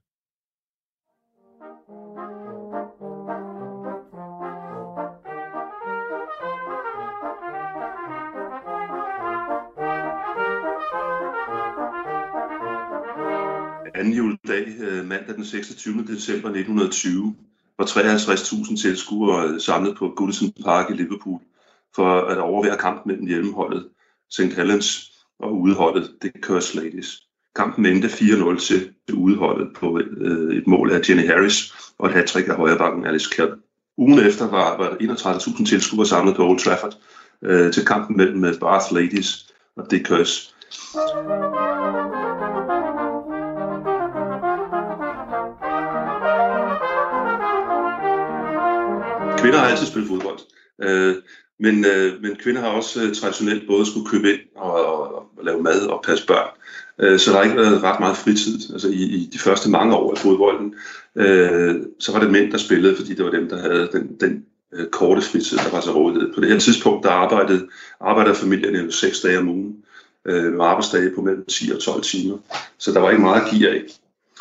anden juledag, mandag den seksogtyvende december nitten tyve, var treoghalvtreds tusind tilskuere samlet på Goodison Park i Liverpool for at overvære kampen mellem hjemmeholdet Saint Helens og udeholdet The Curse Ladies. Kampen endte fire nul til udeholdet på et mål af Jenny Harris og et hattrick af højrebacken Alice Kelly. Ugen efter var, var enogtredive tusind tilskuere samlet på Old Trafford øh, til kampen mellem Bath Ladies og The Curse. Kvinder har altid spillet fodbold, øh, men, øh, men kvinder har også øh, traditionelt både skulle købe ind og, og, og lave mad og passe børn. Øh, så der har ikke været ret meget fritid. Altså i, i de første mange år af fodbolden, øh, så var det mænd, der spillede, fordi det var dem, der havde den, den øh, korte fritid, der var så rådighed. På det her tidspunkt, der arbejdede, arbejdede familierne jo seks dage om ugen, øh, med arbejdsdage på mellem ti og tolv timer. Så der var ikke meget at give af.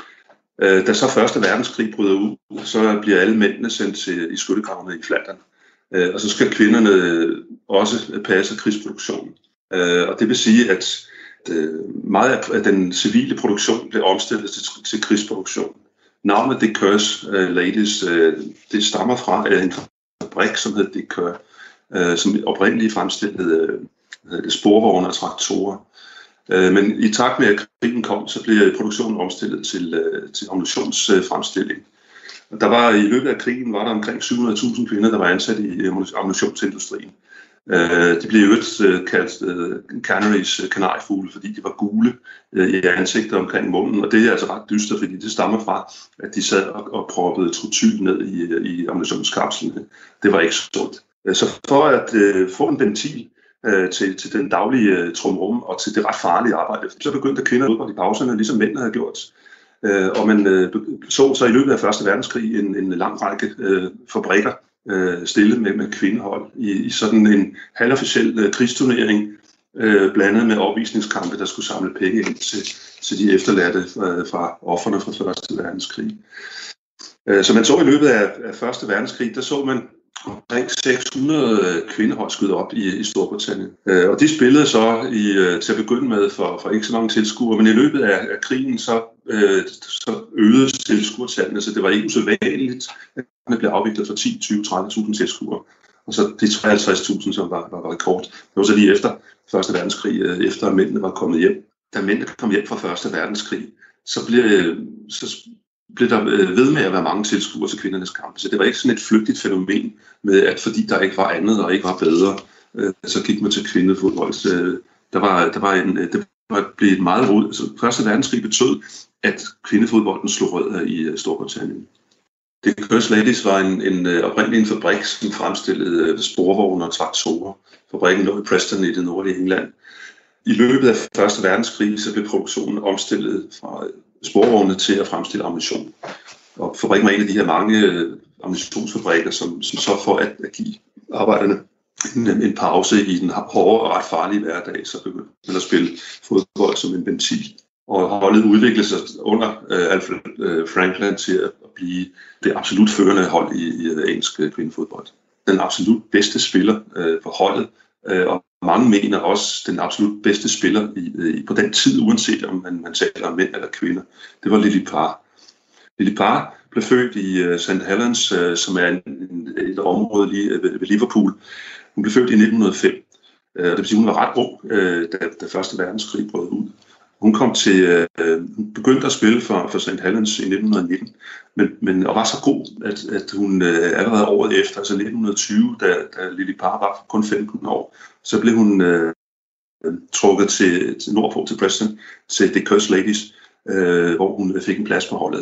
Da så første verdenskrig bryder ud, så bliver alle mændene sendt til, i skyttegravene i Flandern. Og så skal kvinderne også passe krigsproduktionen. Og det vil sige, at meget af den civile produktion bliver omstillet til, til krigsproduktion. Navnet The Curse Ladies, det stammer fra en fabrik, som hed The Curse, som oprindeligt fremstillede det sporvogne og traktorer. Men i takt med, at krigen kom, så blev produktionen omstillet til, til ammunitionsfremstilling. Der var i løbet af krigen var der omkring syv hundrede tusind kvinder, der var ansat i ammunitionsindustrien. De blev jo kaldt canaries, kanariefugle, fordi de var gule i ansigtet omkring munden, og det er altså ret dyster, fordi det stammer fra, at de sad og, og proppede trotyl ned i, i ammunitionskapslerne. Det var ikke sundt. Så for at uh, få en ventil Til, til den daglige uh, trumrum og til det ret farlige arbejde. Så begyndte kvinder fodbold i pauserne, ligesom mændene havde gjort. Uh, og man uh, så så i løbet af første verdenskrig en, en lang række uh, fabrikker uh, stille med, med kvindehold i, i sådan en halvofficiel uh, krigsturnering, uh, blandet med opvisningskampe, der skulle samle penge ind til, til de efterladte uh, fra ofrene fra første verdenskrig. Uh, så man så i løbet af, af første verdenskrig, der så man omkring seks hundrede kvindehold skyde op i, i Storbritannien. Og de spillede så i, til at begynde med for, for ikke så mange tilskuere, men i løbet af, af krigen så øh, så øgede tilskuertallene, så det var ikke usædvanligt, at det blev afviklet for ti, tyve, tredive tusind tilskuere. Og så de treoghalvtreds tusind, som var, var, var rekord. Det var så lige efter første verdenskrig, øh, efter at mændene var kommet hjem. Da mændene kom hjem fra første verdenskrig, så blev, øh, så blev der øh, ved med at være mange tilskuere til kvindernes kampe. Så det var ikke sådan et flygtigt fænomen med, at fordi der ikke var andet og ikke var bedre, øh, så gik man til kvindefodbold. Så, øh, der var, der var en, det var blevet meget rod. Altså, første verdenskrig betød, at kvindefodbolden slog rødder i Storbritannien. The Cursed Ladies var en, en, en oprindelig en fabrik, som fremstillede sporvogne og traktorer. Fabrikken lå i Preston i det nordlige England. I løbet af første verdenskrig så blev produktionen omstillet fra sporvogne til at fremstille ammunition. Og fabrikken var en af de her mange ammunitionsfabrikker, som, som så for at, at give arbejderne en, en pause i den hårde og ret farlige hverdag, så begyndte man at spille fodbold som en ventil. Og holdet udviklede sig under uh, Alfred uh, Franklin til at blive det absolut førende hold i, i engelsk kvindefodbold. Den absolut bedste spiller uh, på holdet, uh, og mange mener også den absolut bedste spiller i, i, på den tid, uanset om man, man taler om mænd eller kvinder. Det var Lily Parr. Lily Parr blev født i uh, Saint Helens, uh, som er en, en, et område lige ved, ved Liverpool. Hun blev født i nitten nul fem. Uh, det vil sige, hun var ret ung, uh, da, da første verdenskrig brød ud. Hun kom til, øh, hun begyndte at spille for, for Saint Helens i nitten nitten, men, men, og var så god, at, at hun øh, allerede året efter, altså nitten tyve, da, da Lily Parr var kun femten år, så blev hun øh, trukket til, til nordpå til Preston, til The Cursed Ladies, øh, hvor hun fik en plads på holdet.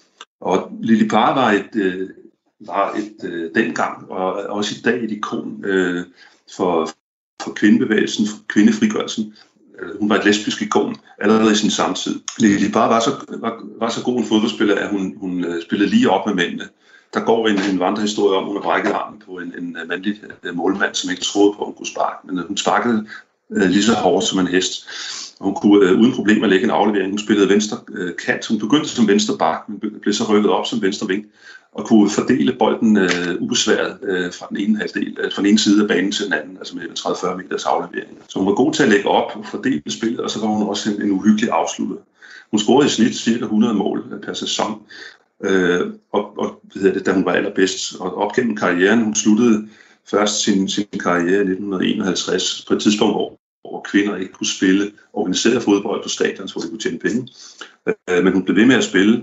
Og Lily Parr var et, øh, var et øh, dengang, og også i dag et ikon øh, for, for kvindebevægelsen, for kvindefrigørelsen. Hun var et lesbisk ikon allerede i sin samtid. Lily Parr var så, var, var så god en fodboldspiller, at hun, hun spillede lige op med mændene. Der går en, en vandrehistorie om, hun har brækket armen på en, en mandlig målmand, som ikke troede på, at hun kunne sparke. Men hun sparkede uh, lige så hårdt som en hest. Og hun kunne uh, uden problemer lægge en aflevering. Hun spillede venstre uh, kant. Hun begyndte som venstre bak, men blev så rykket op som venstre ving. Og kunne fordele bolden uh, ubesværet uh, fra, den ene halvdel, uh, fra den ene side af banen til den anden, altså med tredive til fyrre meters aflevering. Så hun var god til at lægge op og fordele spillet, og så var hun også en, en uhyggelig afslutter. Hun scorede i snit cirka hundrede mål per sæson, uh, og, og det, da hun var allerbedst. Og op gennem karrieren, hun sluttede først sin, sin karriere i nitten enoghalvtreds på et tidspunkt, hvor, hvor kvinder ikke kunne spille organiseret fodbold på stadion, hvor de kunne tjene penge. Uh, men hun blev ved med at spille.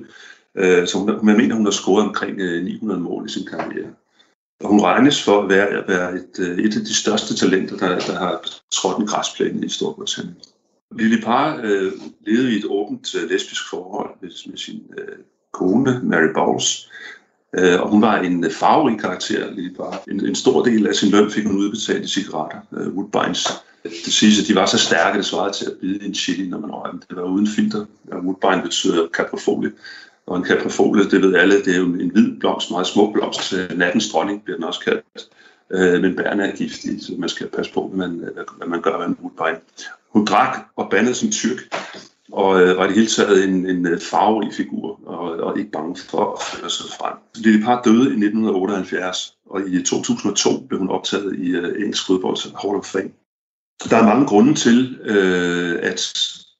Så hun, man mener, hun har scoret omkring ni hundrede mål i sin karriere. Og hun regnes for at være, at være et, et af de største talenter, der, der har trådt en græsplæne i Storbritannien. Lily Parr øh, levede i et åbent øh, lesbisk forhold med, med sin øh, kone, Mary Bowles. Øh, og hun var en øh, farverig karakter, Lily Parr. En, en stor del af sin løn fik hun udbetalt i cigaretter, øh, Woodbines. Det siges, at de var så stærke, det svarede til at bide en chili, når man røg dem. Det var uden filter. Og Woodbine betyder caprofolie. Og en caprifolie, det ved alle, det er jo en hvid blomst, meget smuk blomst. Nattens dronning bliver den også kaldt. Øh, men bærene er giftige, så man skal passe på, hvad man, hvad man gør med en Woodbine. Hun drak og bandede som tyrk, og øh, var i det hele taget en, en farverig figur, og, og ikke bange for at føre sig frem. Lily Parr døde i nitten otteoghalvfjerds, og i to tusind og to blev hun optaget i uh, engelsk fodbold, Hall of Fame. Der er mange grunde til, øh, at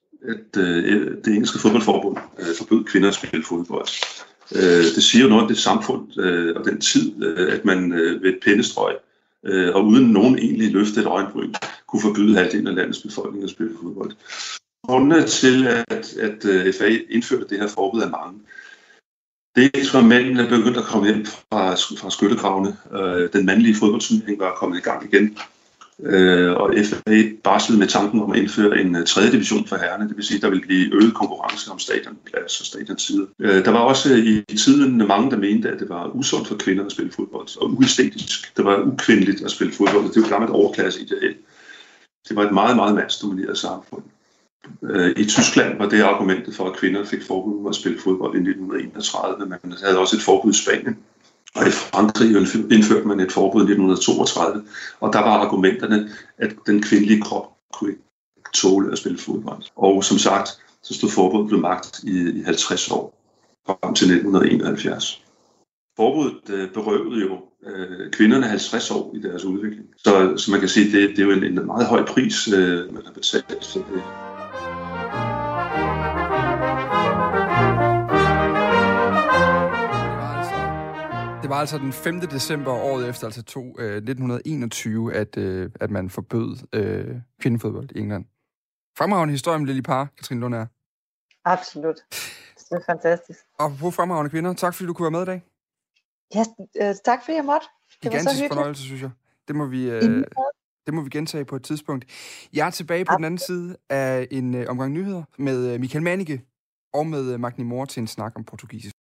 at øh, det engelske fodboldforbund øh, forbød kvinder at spille fodbold. Øh, det siger jo noget om det samfund øh, og den tid, øh, at man øh, ved et pennestrøg øh, og uden nogen egentlig løfte et øjenbryn kunne forbyde halvdelen af landets befolkning at spille fodbold. Grundene til, at, at øh, F A indførte det her forbud er mange. Det er, at mændene begyndte at komme hjem fra, fra skyttegravene. Øh, den mandlige fodboldturnering var kommet i gang igen. Uh, og F A barslede med tanken om at indføre en uh, tredje division for herrerne, det vil sige, at der vil blive øget konkurrence om stadionplads og stadiontider. Uh, der var også uh, i tiden mange, der mente, at det var usundt for kvinder at spille fodbold, og uæstetisk. Det var ukvindeligt at spille fodbold, og det var gammelt overklasse ideal. Det var et meget, meget mandsdomineret samfund. Uh, I Tyskland var det argumentet for, at kvinder fik forbud mod at spille fodbold i nitten enogtredive, men man havde også et forbud i Spanien. Og i Frankrig indførte man et forbud i nitten toogtredive, og der var argumenterne, at den kvindelige krop kunne ikke tåle at spille fodbold. Og som sagt, så stod forbuddet ved magt i, i halvtreds år, frem til nitten enoghalvfjerds. Forbuddet øh, berøvede jo øh, kvinderne halvtreds år i deres udvikling. Så, så man kan sige, at det, det er jo en, en meget høj pris, øh, man har betalt for det. Det var altså den femte december året efter, altså to, øh, nitten enogtyve, at, øh, at man forbød øh, kvindefodbold i England. Fremragende historie om Lily Parr, Katrine Lundager. Absolut. Det er fantastisk. Og på fremragende kvinder, tak fordi du kunne være med i dag. Ja, øh, tak fordi jeg måtte. Det var så hyggeligt. Fornøjelse, synes jeg. Det må vi... Øh, Det må vi gentage på et tidspunkt. Jeg er tilbage på den anden side af en øh, omgang nyheder med øh, Michael Mannicke og med øh, Magni Moore til en snak om portugisisk.